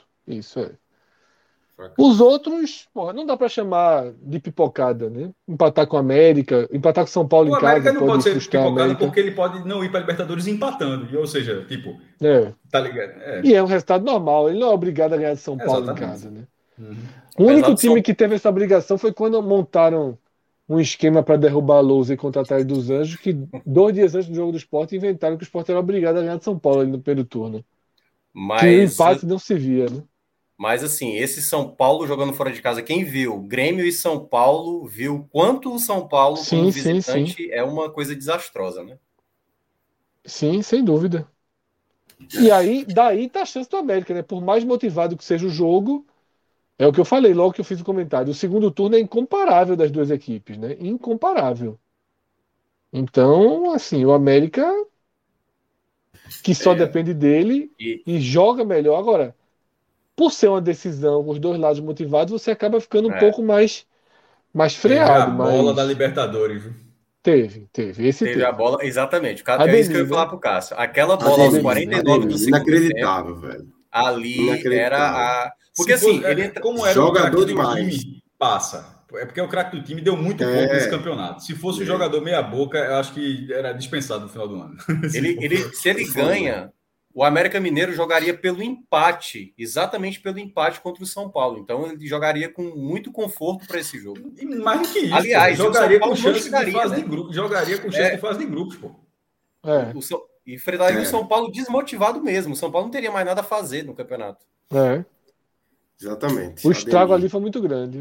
S4: Os outros, não dá para chamar de pipocada, né? Empatar com a América, empatar com São Paulo em casa.
S5: O América não pode ser
S4: frustrar
S5: pipocada porque ele pode não ir para Libertadores empatando. Ou seja, tipo... Tá ligado?
S4: E é um resultado normal. Ele não é obrigado a ganhar de São Paulo em casa, né? O único time que teve essa obrigação foi quando montaram um esquema para derrubar a Lousa e contratar ele dos Anjos, que 2 dias antes do jogo do Sport inventaram que o Sport era obrigado a ganhar de São Paulo ali no primeiro turno. Que o empate não se via, né?
S3: Mas assim, esse São Paulo jogando fora de casa, quem viu Grêmio e São Paulo, viu quanto o São Paulo como visitante é uma coisa desastrosa, né?
S4: Sim, sem dúvida. E aí, daí tá a chance do América, né? Por mais motivado que seja o jogo, é o que eu falei logo que eu fiz o comentário. O segundo turno é incomparável das duas equipes, né? Incomparável. Então, assim, o América, que só depende dele e joga melhor. Agora, por ser uma decisão com os dois lados motivados, você acaba ficando um pouco mais freado.
S5: Teve a bola da Libertadores, viu?
S3: Teve a bola, exatamente. É isso que eu ia falar pro Cássio. Aquela bola aos 49 do segundo
S2: inacreditável,
S3: tempo,
S2: velho.
S3: Ali era a... Porque assim,
S5: como era
S2: jogador
S5: o
S2: demais.
S5: Time, passa. É porque o craque do time deu muito pouco nesse campeonato. Se fosse um jogador meia boca, eu acho que era dispensado no final do ano.
S3: Se ele ganha, o América Mineiro jogaria pelo empate, exatamente pelo empate contra o São Paulo. Então ele jogaria com muito conforto para esse jogo.
S5: E mais do que isso,
S3: aliás,
S5: jogaria com chance de fase de grupo. Jogaria com chance de fase de grupos, pô.
S3: E enfrentaria o São Paulo desmotivado mesmo. O São Paulo não teria mais nada a fazer no campeonato.
S2: Exatamente.
S4: O estrago ali foi muito grande.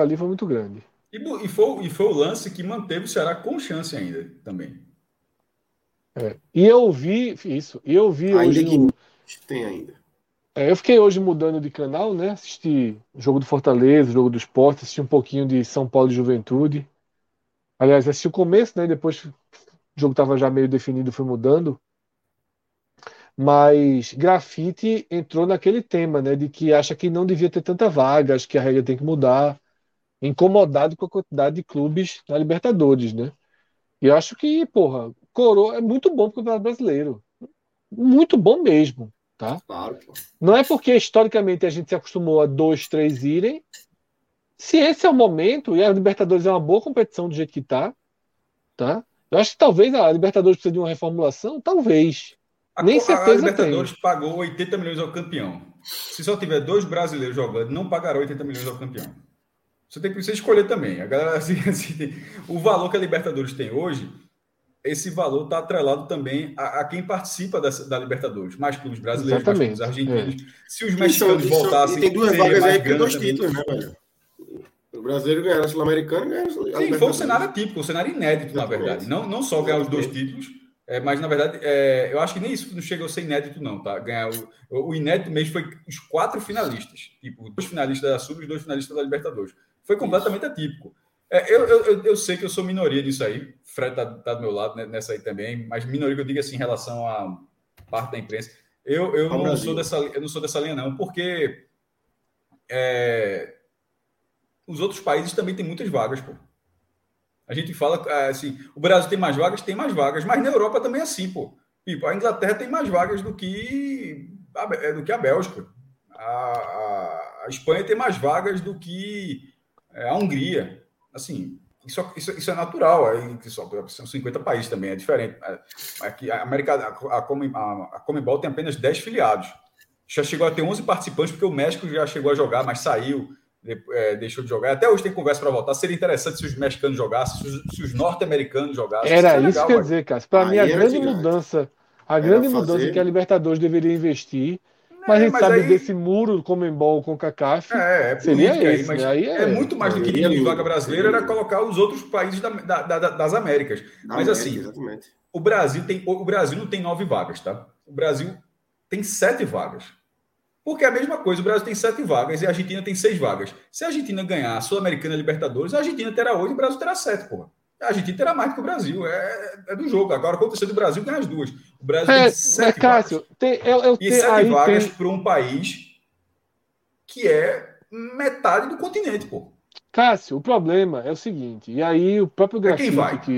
S5: E foi o lance que manteve o Ceará com chance ainda também.
S4: E eu ouvi isso. E eu vi
S2: ainda
S4: hoje.
S2: Tem ainda.
S4: Eu fiquei hoje mudando de canal, né? Assisti o jogo do Fortaleza, o jogo do Sport, assisti um pouquinho de São Paulo e Juventude. Aliás, assisti o começo, né? Depois o jogo estava já meio definido, foi mudando. Mas Grafite entrou naquele tema, né? De que acha que não devia ter tanta vaga, acha que a regra tem que mudar. Incomodado com a quantidade de clubes na Libertadores, né? E eu acho que, Coroa é muito bom para o Campeonato Brasileiro. Muito bom mesmo, tá?
S2: Claro, pô.
S4: Não é porque historicamente a gente se acostumou a 2, 3 irem. Se esse é o momento, e a Libertadores é uma boa competição do jeito que tá? Eu acho que talvez a Libertadores precise de uma reformulação, talvez. Nem certeza
S5: a Libertadores pagou 80 milhões ao campeão. Se só tiver 2 brasileiros jogando, não pagará 80 milhões ao campeão. Você tem que escolher também. A galera, o valor que a Libertadores tem hoje esse valor está atrelado também a quem participa da Libertadores. Mais clubes brasileiros,
S4: Exatamente.
S5: mais clubes argentinos. Se os mexicanos
S2: E
S5: voltassem...
S2: tem 2
S5: teria
S2: vagas
S5: mais
S2: aí porque
S5: grana
S2: 2
S5: também.
S2: títulos, né, velho? O brasileiro ganhou a Sul-Americana e ganhou a
S5: Sim,
S2: Libertadores.
S5: foi um cenário atípico, um cenário inédito,
S2: Exatamente.
S5: na verdade. Não só ganhar os 2 títulos, mas, na verdade, eu acho que nem isso não chega a ser inédito, não, tá? Ganhar o inédito mesmo foi os 4 finalistas. Tipo, 2 finalistas da Sub e 2 finalistas da Libertadores. Foi completamente atípico. Eu sei que eu sou minoria nisso aí. Fred tá do meu lado nessa aí também, mas minoria que eu digo assim em relação à parte da imprensa. Eu não sou dessa linha, não, porque os outros países também têm muitas vagas, pô. A gente fala assim, o Brasil tem mais vagas, mas na Europa também é assim, pô. Tipo, a Inglaterra tem mais vagas do que a Bélgica. A Espanha tem mais vagas do que a Hungria. Assim, isso é natural. São 50 países também, é diferente. Aqui, a Conmebol tem apenas 10 filiados. Já chegou a ter 11 participantes, porque o México já chegou a jogar, mas saiu. Deixou de jogar. Até hoje tem conversa para voltar. Seria interessante se os mexicanos jogassem, se os norte-americanos jogassem.
S4: Era isso que eu ia dizer, Cássio. Para mim, a grande mudança que a Libertadores deveria investir, mas a gente sabe desse muro Conmebol com CACAF, seria esse.
S5: Mas
S4: aí
S5: muito mais do que de vaga brasileira, era colocar os outros países das Américas. Mas assim,
S2: exatamente.
S5: o Brasil não tem 9 vagas, tá? O Brasil tem 7 vagas. Porque é a mesma coisa, o Brasil tem 7 vagas e a Argentina tem 6 vagas. Se a Argentina ganhar a Sul-Americana e a Libertadores, a Argentina terá 8 e o Brasil terá 7, porra. A Argentina terá mais do que o Brasil. É do jogo. Agora aconteceu do Brasil ganhar as 2. O Brasil tem 7
S4: Cássio,
S5: vagas. E 7 vagas para um país que é metade do continente, pô.
S4: Cássio, o problema é o seguinte, e aí o próprio grafite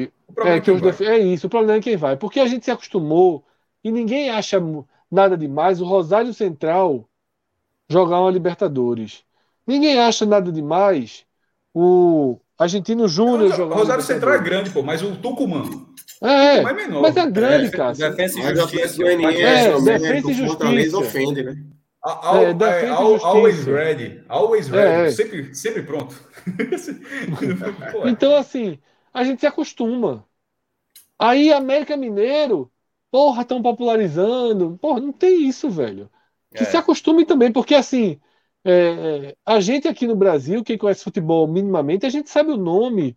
S5: o
S4: problema é quem vai, porque a gente se acostumou e ninguém acha nada demais o Rosário Central jogar uma Libertadores. Ninguém acha nada demais o Argentino Júnior jogar
S5: o Rosário Central é grande, pô, mas o Tucumã
S4: é
S5: menor.
S4: Mas é grande, Cássio.
S3: Defensa e Justiça.
S4: Defensa e Justiça.
S2: Ofende, né?
S5: Always ready. Sempre pronto.
S4: Então, assim, a gente se acostuma. Aí, América Mineiro, porra, estão popularizando. Porra, não tem isso, velho. Que se acostume também, porque, assim, a gente aqui no Brasil, quem conhece futebol minimamente, a gente sabe o nome,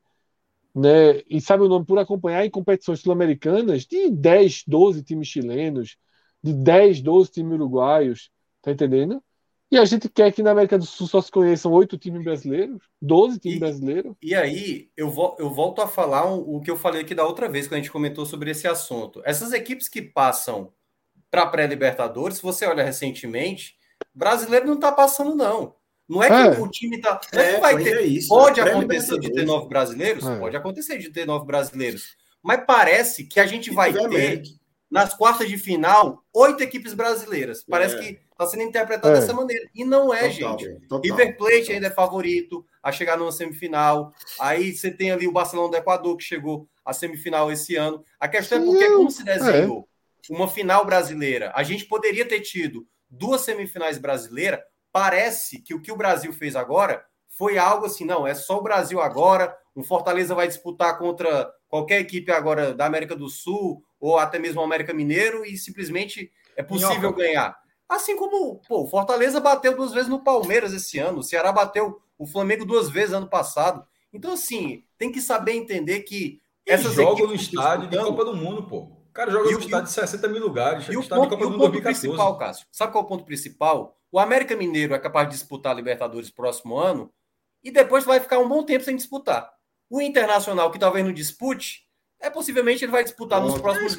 S4: né? E sabe o nome por acompanhar em competições sul-americanas de 10, 12 times chilenos, de 10, 12 times uruguaios, tá entendendo? E a gente quer que na América do Sul só se conheçam 8 times brasileiros, 12 times brasileiros.
S3: E aí, eu volto a falar o que eu falei aqui da outra vez, quando a gente comentou sobre esse assunto. Essas equipes que passam para pré-Libertadores, se você olha recentemente, brasileiro não está passando, não. Não é que o time está... Pode acontecer de ter 9 brasileiros? Pode acontecer de ter 9 brasileiros. Mas parece que a gente vai ter, nas quartas de final, 8 equipes brasileiras. Parece que está sendo interpretado dessa maneira. E não é, gente. River Plate ainda é favorito a chegar numa semifinal. Aí você tem ali o Barcelona do Equador, que chegou à semifinal esse ano. A questão é porque, como se desenhou uma final brasileira, a gente poderia ter tido 2 semifinais brasileiras. Parece que o Brasil fez agora foi algo assim, não, é só o Brasil agora, o Fortaleza vai disputar contra qualquer equipe agora da América do Sul, ou até mesmo o América Mineiro, e simplesmente é possível ganhar. Assim como o Fortaleza bateu 2 vezes no Palmeiras esse ano, o Ceará bateu o Flamengo 2 vezes ano passado. Então, assim, tem que saber entender que essas
S5: jogam no estádio de Copa do Mundo, pô. O cara joga no estádio de 60 mil lugares.
S3: E o ponto principal, Cássio, sabe qual é o ponto principal? O América Mineiro é capaz de disputar a Libertadores próximo ano e depois vai ficar um bom tempo sem disputar. O Internacional, que talvez não dispute, possivelmente ele vai disputar nos próximos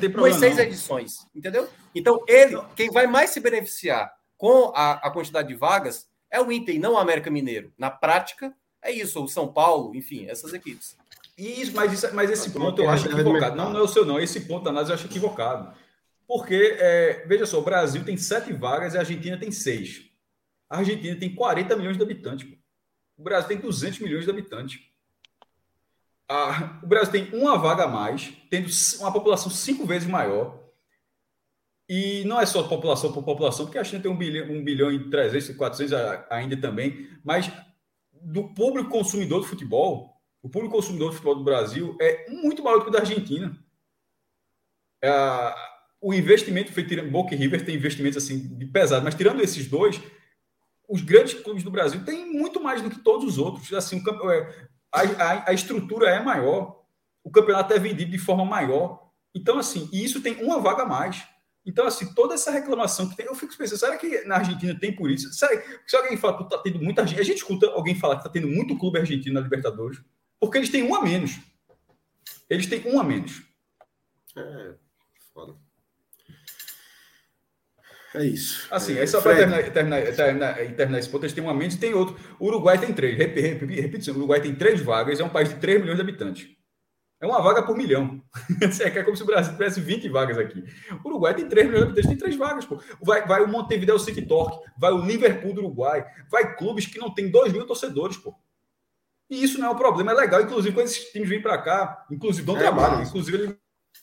S3: 6 edições, entendeu? Então, quem vai mais se beneficiar com a quantidade de vagas é o Inter e não o América Mineiro. Na prática, é isso, o São Paulo, enfim, essas equipes.
S5: Mas esse ponto eu acho equivocado. Não é o seu, não. Esse ponto da análise eu acho equivocado. Porque, veja só, o Brasil tem 7 vagas e a Argentina tem 6. A Argentina tem 40 milhões de habitantes. Pô. O Brasil tem 200 milhões de habitantes. O Brasil tem uma vaga a mais, tendo uma população 5 vezes maior. E não é só população por população, porque a China tem 1 bilhão e 300, 400 ainda também. Mas do público consumidor do futebol, o público consumidor do futebol do Brasil é muito maior do que o da Argentina. O investimento feito tirando Boca e River tem investimentos assim de pesado, mas tirando esses dois, os grandes clubes do Brasil têm muito mais do que todos os outros. Assim, a estrutura é maior, o campeonato é vendido de forma maior. Então, assim, e isso tem uma vaga a mais. Então, assim, toda essa reclamação que tem, eu fico pensando, será que na Argentina tem por isso? Se alguém fala que está tendo muita gente, a gente escuta alguém falar que está tendo muito clube argentino na Libertadores, porque eles têm um a menos. Eles têm um a menos.
S2: Foda. É isso.
S5: Assim, só para terminar esse ponto, eles têm um a menos e tem outro. O Uruguai tem 3. Repetição, o Uruguai tem 3 vagas, é um país de 3 milhões de habitantes. É uma vaga por milhão. É como se o Brasil tivesse 20 vagas aqui. O Uruguai tem 3 milhões de habitantes, tem 3 vagas. Pô. Vai o Montevideo City Torque, vai o Liverpool do Uruguai, vai clubes que não tem 2 mil torcedores. Pô. E isso não é um problema, é legal. Inclusive, quando esses times vêm para cá, inclusive dão trabalho. Inclusive,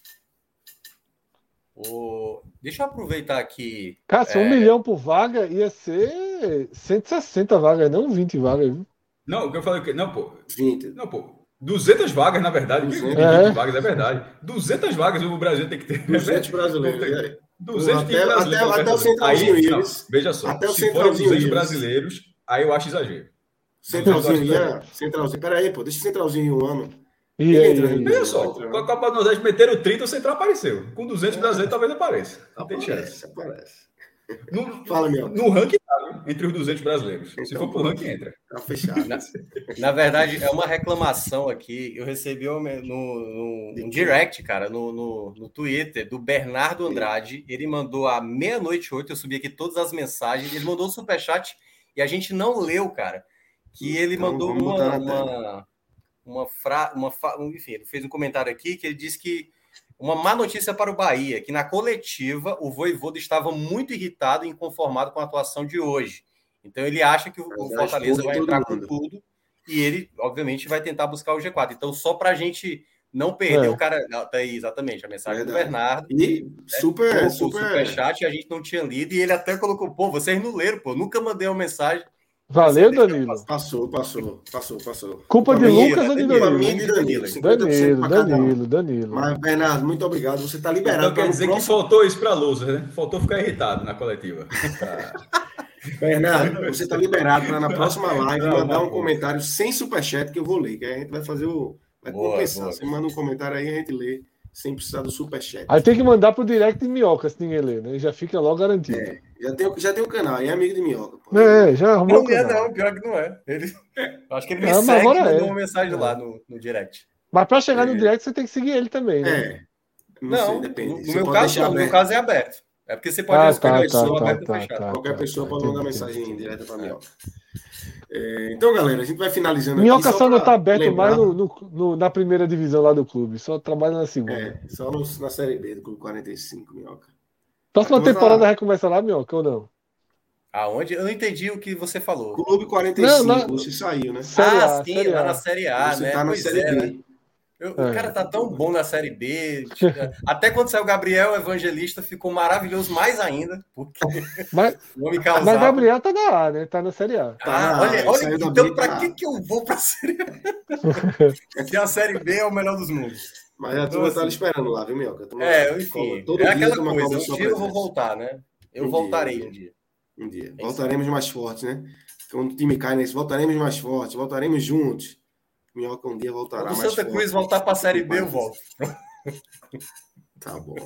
S3: Deixa eu aproveitar aqui.
S4: Cássio, 1 milhão por vaga ia ser 160 vagas, não 20 vagas. Viu?
S5: Não, o que eu falei, não, pô.
S2: 20.
S5: Não, pô. 200 vagas, na verdade. 20 vagas, é verdade. 200 vagas o Brasil tem que ter.
S2: 200 brasileiros.
S5: 200 brasileiros.
S2: Até o Centralzinho Ives.
S5: Veja só,
S2: até
S5: se forem 200 brasileiros, aí eu acho exagero.
S2: Centralzinho. Peraí, pô. Deixa o Centralzinho em um ano.
S5: Veja só, com a Copa do Nordeste meteram 30, o Central apareceu. Com 200 brasileiros, talvez apareça. Não tem chance.
S2: Aparece.
S5: Fala, no ranking, entre os 200 brasileiros. Então, se for pro ranking, entra.
S2: Tá fechado.
S3: Na verdade, é uma reclamação aqui. Eu recebi no direct, cara, no Twitter, do Bernardo Andrade. Ele mandou à 00:08, eu subi aqui todas as mensagens. Ele mandou o superchat e a gente não leu, cara. Que ele mandou enfim, ele fez um comentário aqui que ele disse que uma má notícia para o Bahia, que na coletiva o Vojvoda estava muito irritado e inconformado com a atuação de hoje. Então ele acha que o Fortaleza vai entrar com tudo e ele, obviamente, vai tentar buscar o G4. Então, só para a gente não perder o cara... Tá aí, exatamente, a mensagem do Bernardo.
S2: E
S3: superchat a gente não tinha lido e ele até colocou, vocês não leram, nunca mandei uma mensagem.
S4: Valeu, Danilo.
S2: Passou.
S4: Culpa de Lucas ou de
S2: Danilo?
S4: Danilo.
S2: Mas, Bernardo, muito obrigado. Você está liberado.
S5: Então quer dizer que faltou isso para Lousa, né? Faltou ficar irritado na coletiva.
S2: Bernardo, você está liberado para na próxima live mandar um comentário sem superchat que eu vou ler, que a gente vai fazer vai compensar. Você manda um comentário aí, a gente lê sem precisar do superchat.
S4: Aí tem que mandar pro direct de Minhoca, se ninguém ler, né? Já fica logo garantido.
S2: Já tem o canal, é amigo de Minhoca. Pô.
S4: Já arrumou o canal.
S3: Não, pior que não é. Acho que ele me segue e mandou uma mensagem lá no direct.
S4: Mas para chegar no direct, você tem que seguir ele também, né?
S2: Não sei, depende.
S3: No meu caso é aberto. É porque você pode escolher aberto ou fechado.
S2: Qualquer pessoa pode mandar mensagem direta para Minhoca. Então, galera, a gente vai finalizando
S4: Minhoca aqui. Minhoca só não está aberto mais na primeira divisão lá do clube, só trabalha na segunda.
S2: Só na Série B do Clube 45, Minhoca.
S4: Próxima temporada recomeça lá, Minhoca, ou não?
S3: Aonde? Eu não entendi o que você falou.
S2: Clube 45, você saiu, né?
S3: Sim, lá na Série A,
S2: você
S3: né?
S2: Tá na Série B.
S3: Né? O cara tá tão bom na Série B. Até quando saiu o Gabriel Evangelista, ficou maravilhoso mais ainda. Porque
S4: mas Gabriel tá na A, né? Tá na Série A.
S3: Olha então pra que eu vou pra Série A? Que a Série B é o melhor dos mundos.
S2: Mas a turma tá esperando lá, viu, Minhoca?
S3: Enfim. É aquela coisa. Um dia eu vou voltar, né? Eu voltarei um dia.
S2: Um dia. Voltaremos mais fortes, né? Quando o time cai nesse, voltaremos mais fortes, voltaremos juntos. Minhoca um dia voltará mais forte.
S3: Se o Santa Cruz voltar para a Série B, eu volto.
S2: Tá bom.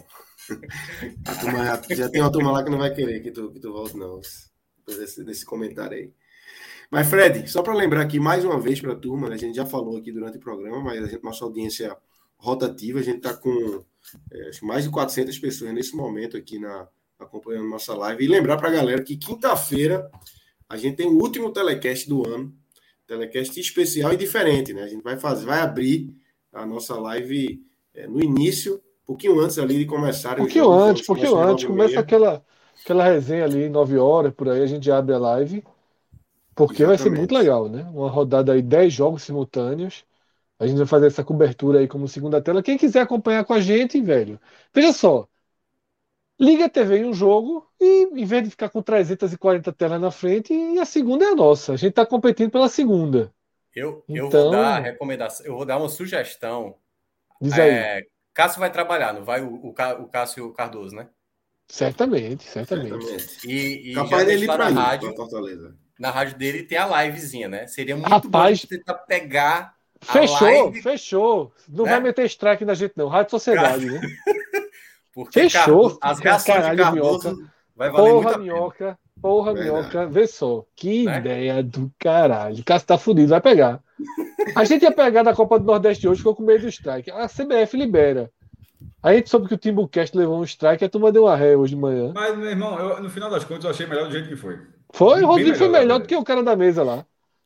S2: Já tem uma turma lá que não vai querer que tu volte, não. Desse comentário aí. Mas, Fred, só para lembrar aqui mais uma vez para a turma, né, a gente já falou aqui durante o programa, mas nossa audiência rotativa, a gente está com acho que mais de 400 pessoas nesse momento aqui acompanhando nossa live. E lembrar para a galera que quinta-feira a gente tem o último telecast do ano. Telecast especial e diferente, né? A gente vai abrir a nossa live no início, um pouquinho antes ali de começar.
S4: Pouquinho antes. Começa aquela resenha ali, 9 horas, por aí a gente abre a live. Porque vai ser muito legal, né? Uma rodada aí, 10 jogos simultâneos. A gente vai fazer essa cobertura aí como segunda tela. Quem quiser acompanhar com a gente, velho, veja só. Liga a TV em um jogo e, em vez de ficar com 340 telas na frente, a segunda é a nossa. A gente está competindo pela segunda.
S3: Eu vou dar a recomendação, eu vou dar uma sugestão.
S4: Diz aí.
S3: Cássio vai trabalhar, não vai o Cássio Cardoso, né?
S4: Certamente.
S3: E
S2: Capaz
S3: já
S2: dele ir
S3: lá
S2: para
S3: na
S2: aí,
S3: rádio.
S2: para Fortaleza.
S3: Na rádio dele tem a livezinha, né? Seria muito
S4: Rapaz,
S3: bom a gente tentar pegar a live,
S4: fechou. Não
S3: né?
S4: vai meter strike na gente, não. Rádio Sociedade, né?
S3: Porque
S4: Fechou.
S3: as reações de
S4: Caralho,
S3: Cardoso
S4: Minhoca.
S3: vai valer muito a
S4: Minhoca.
S2: Verdade.
S4: Minhoca. Vê só. Que
S3: Né?
S4: ideia do caralho. O Cássio tá fudido, vai pegar. A gente ia pegar na Copa do Nordeste hoje, ficou com medo do strike. A CBF libera. A gente soube que o Timbucast levou um strike, a turma deu uma ré hoje de manhã.
S5: Mas, meu irmão, no final das contas, eu achei melhor do jeito que foi.
S4: Foi,
S5: Bem
S4: o Rodrigo foi melhor
S5: né?
S4: do que o cara da mesa lá.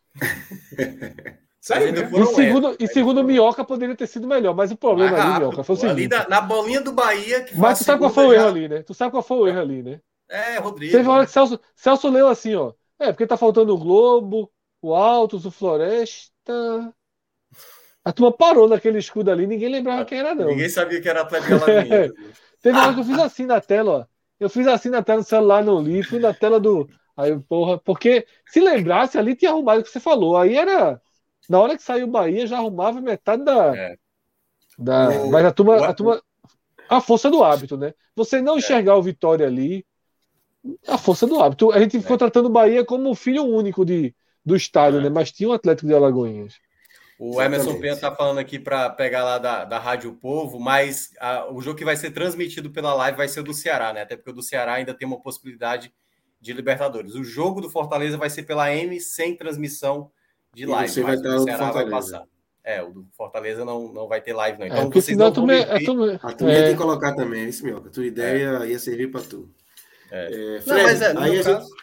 S5: Sério
S3: Ainda
S5: mesmo?
S3: foram
S4: E segundo o Minhoca poderia ter sido melhor, mas o problema ali, Minhoca, foi o
S3: ali
S4: seguinte.
S3: na bolinha do Bahia. Que
S4: Mas tu sabe qual foi o erro ali, né? Tu sabe qual foi o erro ali, né?
S3: Rodrigo.
S4: Teve uma hora que Celso leu assim, ó. Porque tá faltando o Globo, o Altos, o Floresta. A turma parou naquele escudo ali, ninguém lembrava quem era, não.
S3: Ninguém sabia que era Atlético Alagoinhas.
S4: Teve uma hora que eu fiz assim na tela, ó. Eu fiz assim na tela do celular, não li, fui na tela do. Aí, porra, porque se lembrasse ali, tinha arrumado o que você falou. Aí era. Na hora que saiu o Bahia, já arrumava metade mas a turma. A força do hábito, né? Você não enxergar o Vitória ali, a força do hábito. A gente ficou tratando o Bahia como o filho único do estádio, né? Mas tinha um Atlético de Alagoinhas.
S3: O Emerson Penha está falando aqui para pegar lá da Rádio Povo, mas o jogo que vai ser transmitido pela live vai ser o do Ceará, né? Até porque o do Ceará ainda tem uma possibilidade de Libertadores. O jogo do Fortaleza vai ser pela M sem transmissão de live,
S2: você
S3: mas
S2: vai
S3: o do Ceará vai passar. O do Fortaleza não vai ter live, não. Então vocês não vão
S2: a turma tem que colocar também, isso, Minhoca. A tua ideia ia servir para tu. Fred, aí a gente...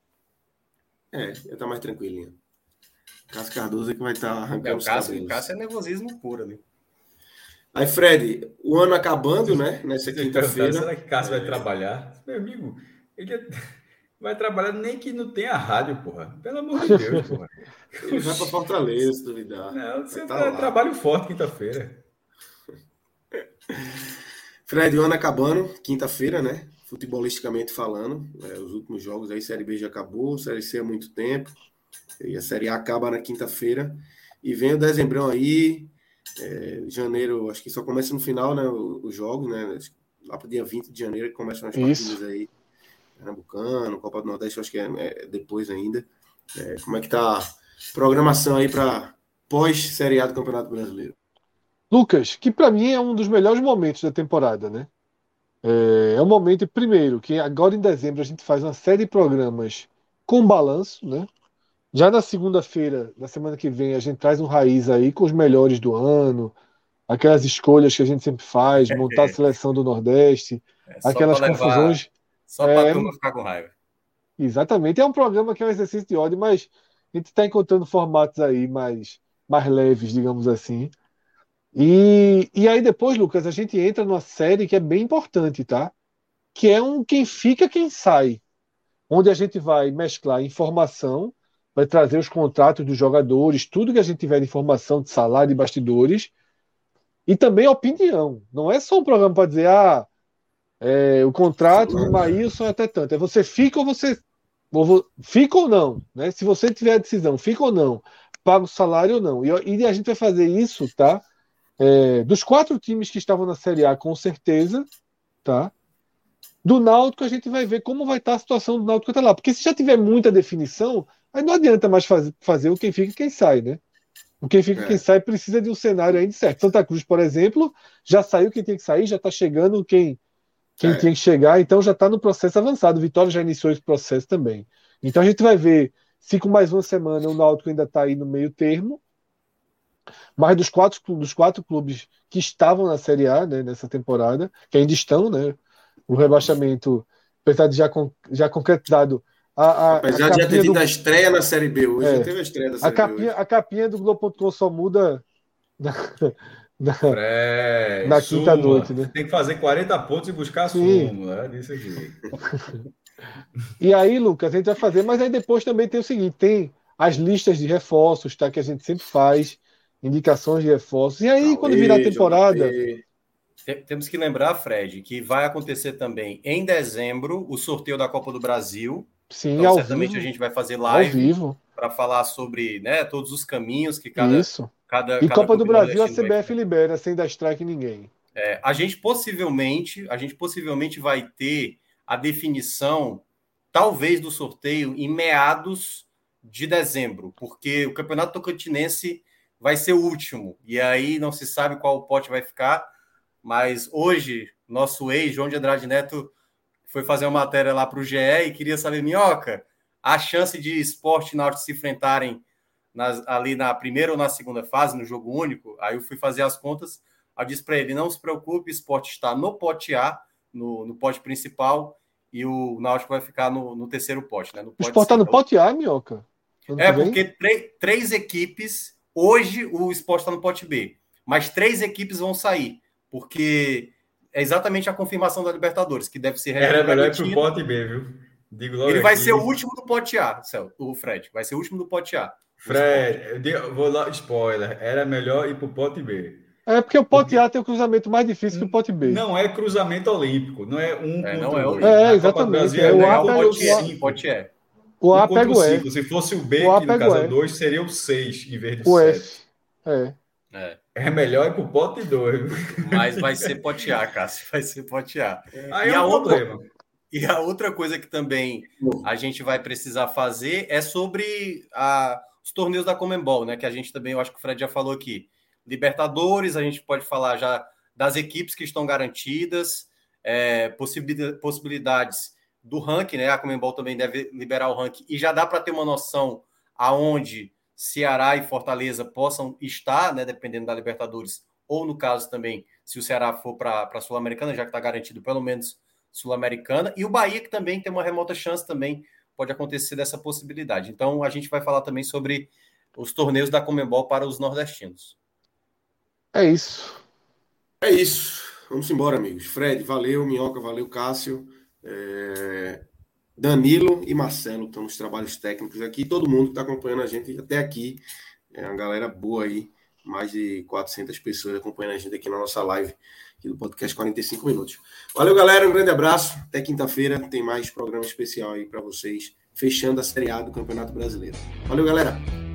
S2: já tá mais tranquilinho. Cássio Cardoso é que vai estar arrancando os cabelos.
S3: O Cássio é nervosismo puro ali.
S2: Aí, Fred, o ano acabando, né? Nessa quinta-feira.
S5: Será que Cássio vai trabalhar? Meu amigo, ele vai trabalhar nem que não tenha rádio, porra. Pelo amor de Deus, porra.
S2: Ele vai para Fortaleza, se duvidar.
S5: Não, você trabalho forte quinta-feira.
S2: Fred, o ano acabando, quinta-feira, né? Futebolisticamente falando. Os últimos jogos aí, Série B já acabou, Série C há muito tempo. E a Série A acaba na quinta-feira. E vem o dezembrão aí. Janeiro, acho que só começa no final, né? Os jogos, né? Lá pro dia 20 de janeiro que começam as partidas aí. Pernambucano, Copa do Nordeste, acho que é depois ainda. Como é que tá a programação aí para pós-Série A do Campeonato Brasileiro?
S4: Lucas, que para mim é um dos melhores momentos da temporada, né? É um momento, primeiro, que agora em dezembro a gente faz uma série de programas com balanço, né? Já na segunda-feira, na semana que vem, a gente traz um raiz aí com os melhores do ano, aquelas escolhas que a gente sempre faz, montar a seleção do Nordeste, aquelas confusões.
S3: Só para a turma ficar com raiva.
S4: Exatamente. É um programa que é um exercício de ódio, mas a gente está encontrando formatos aí mais leves, digamos assim. E aí depois, Lucas, a gente entra numa série que é bem importante, tá? Que é um quem fica, quem sai. Onde a gente vai mesclar informação, vai trazer os contratos dos jogadores, tudo que a gente tiver de informação de salário e bastidores, e também opinião. Não é só um programa para dizer, o contrato do Maílson é até tanto. É você fica ou você... Fica ou não, né? Se você tiver a decisão, fica ou não, paga o salário ou não. E a gente vai fazer isso, tá? Dos 4 times que estavam na Série A, com certeza, tá? Do Náutico, a gente vai ver como vai estar a situação do Náutico até lá. Porque se já tiver muita definição, aí não adianta mais fazer o quem fica e quem sai, né? O quem fica e quem sai precisa de um cenário ainda certo. Santa Cruz, por exemplo, já saiu quem tem que sair, já está chegando quem tinha que chegar, então já está no processo avançado. Vitória já iniciou esse processo também. Então a gente vai ver se com mais uma semana o Náutico ainda está aí no meio termo, mas dos quatro clubes que estavam na Série A, né, nessa temporada, que ainda estão, né? O rebaixamento, apesar de já concretizado.
S2: Apesar de já ter tido a estreia na Série B hoje, já teve a estreia da Série B hoje.
S4: A capinha do Globo.com só muda
S5: na
S4: quinta noite, né?
S5: Tem que fazer 40 pontos e buscar súmula, né? Isso aqui.
S4: E aí, Lucas, a gente vai fazer, mas aí depois também tem o seguinte, tem as listas de reforços, tá? Que a gente sempre faz, indicações de reforços. E aí, quando virar a temporada...
S3: Temos que lembrar, Fred, que vai acontecer também em dezembro o sorteio da Copa do Brasil.
S4: Sim,
S3: então,
S4: ao
S3: certamente
S4: vivo,
S3: a gente vai fazer live
S4: para
S3: falar sobre, né, todos os caminhos que cada
S4: Copa do Brasil a
S3: CBF
S4: libera sem dar strike em ninguém.
S3: A gente possivelmente vai ter a definição, talvez, do sorteio em meados de dezembro, porque o Campeonato Tocantinense vai ser o último, e aí não se sabe qual pote vai ficar, mas hoje, nosso ex, João de Andrade Neto, foi fazer uma matéria lá para o GE e queria saber, Minhoca, a chance de Sport e Náutico se enfrentarem ali na primeira ou na segunda fase, no jogo único. Aí eu fui fazer as contas, eu disse para ele, não se preocupe, o Sport está no pote A, no pote principal, e o Náutico vai ficar no terceiro pote. Né? No
S4: O
S3: pote
S4: Sport
S3: C.
S4: tá no pote A, Minhoca?
S3: Porque três equipes, hoje o Sport está no pote B, mas 3 equipes vão sair, porque é exatamente a confirmação da Libertadores, que deve ser...
S5: Era melhor ir pro pote B, viu? Digo logo
S3: ele vai
S5: aqui.
S3: ser o último do pote A, o Fred. Vai ser o último do pote A.
S5: Fred, vou lá, spoiler. Era melhor ir pro pote B.
S4: É porque o pote A tem o cruzamento mais difícil que o pote B.
S5: Não é cruzamento olímpico. Não é um contra
S3: não é
S5: o outro.
S4: Exatamente.
S5: O
S4: A
S3: pote E.
S4: O A pega o
S5: E.
S4: E.
S5: Se fosse o B, que no caso é o 2, seria o 6 em vez do
S4: o
S5: 7.
S4: F.
S5: É melhor ir pro pote 2.
S3: Mas vai ser pote A, Cássio. Vai ser pote A.
S5: Aí é um problema.
S3: E a outra coisa que também a gente vai precisar fazer é sobre os torneios da Conmebol, né? Que a gente também, eu acho que o Fred já falou aqui. Libertadores, a gente pode falar já das equipes que estão garantidas, possibilidades do ranking, né? A Conmebol também deve liberar o ranking e já dá para ter uma noção aonde Ceará e Fortaleza possam estar, né? Dependendo da Libertadores, ou no caso também, se o Ceará for para a Sul-Americana, já que está garantido pelo menos Sul-Americana, e o Bahia, que também tem uma remota chance, também pode acontecer dessa possibilidade. Então, a gente vai falar também sobre os torneios da Conmebol para os nordestinos.
S4: É isso.
S2: É isso. Vamos embora, amigos. Fred, valeu. Minhoca, valeu. Cássio. Danilo e Marcelo estão nos trabalhos técnicos aqui. Todo mundo que está acompanhando a gente até aqui. É uma galera boa aí. Mais de 400 pessoas acompanhando a gente aqui na nossa live aqui do podcast 45 minutos. Valeu, galera. Um grande abraço. Até quinta-feira tem mais programa especial aí para vocês, fechando a Série A do Campeonato Brasileiro. Valeu, galera.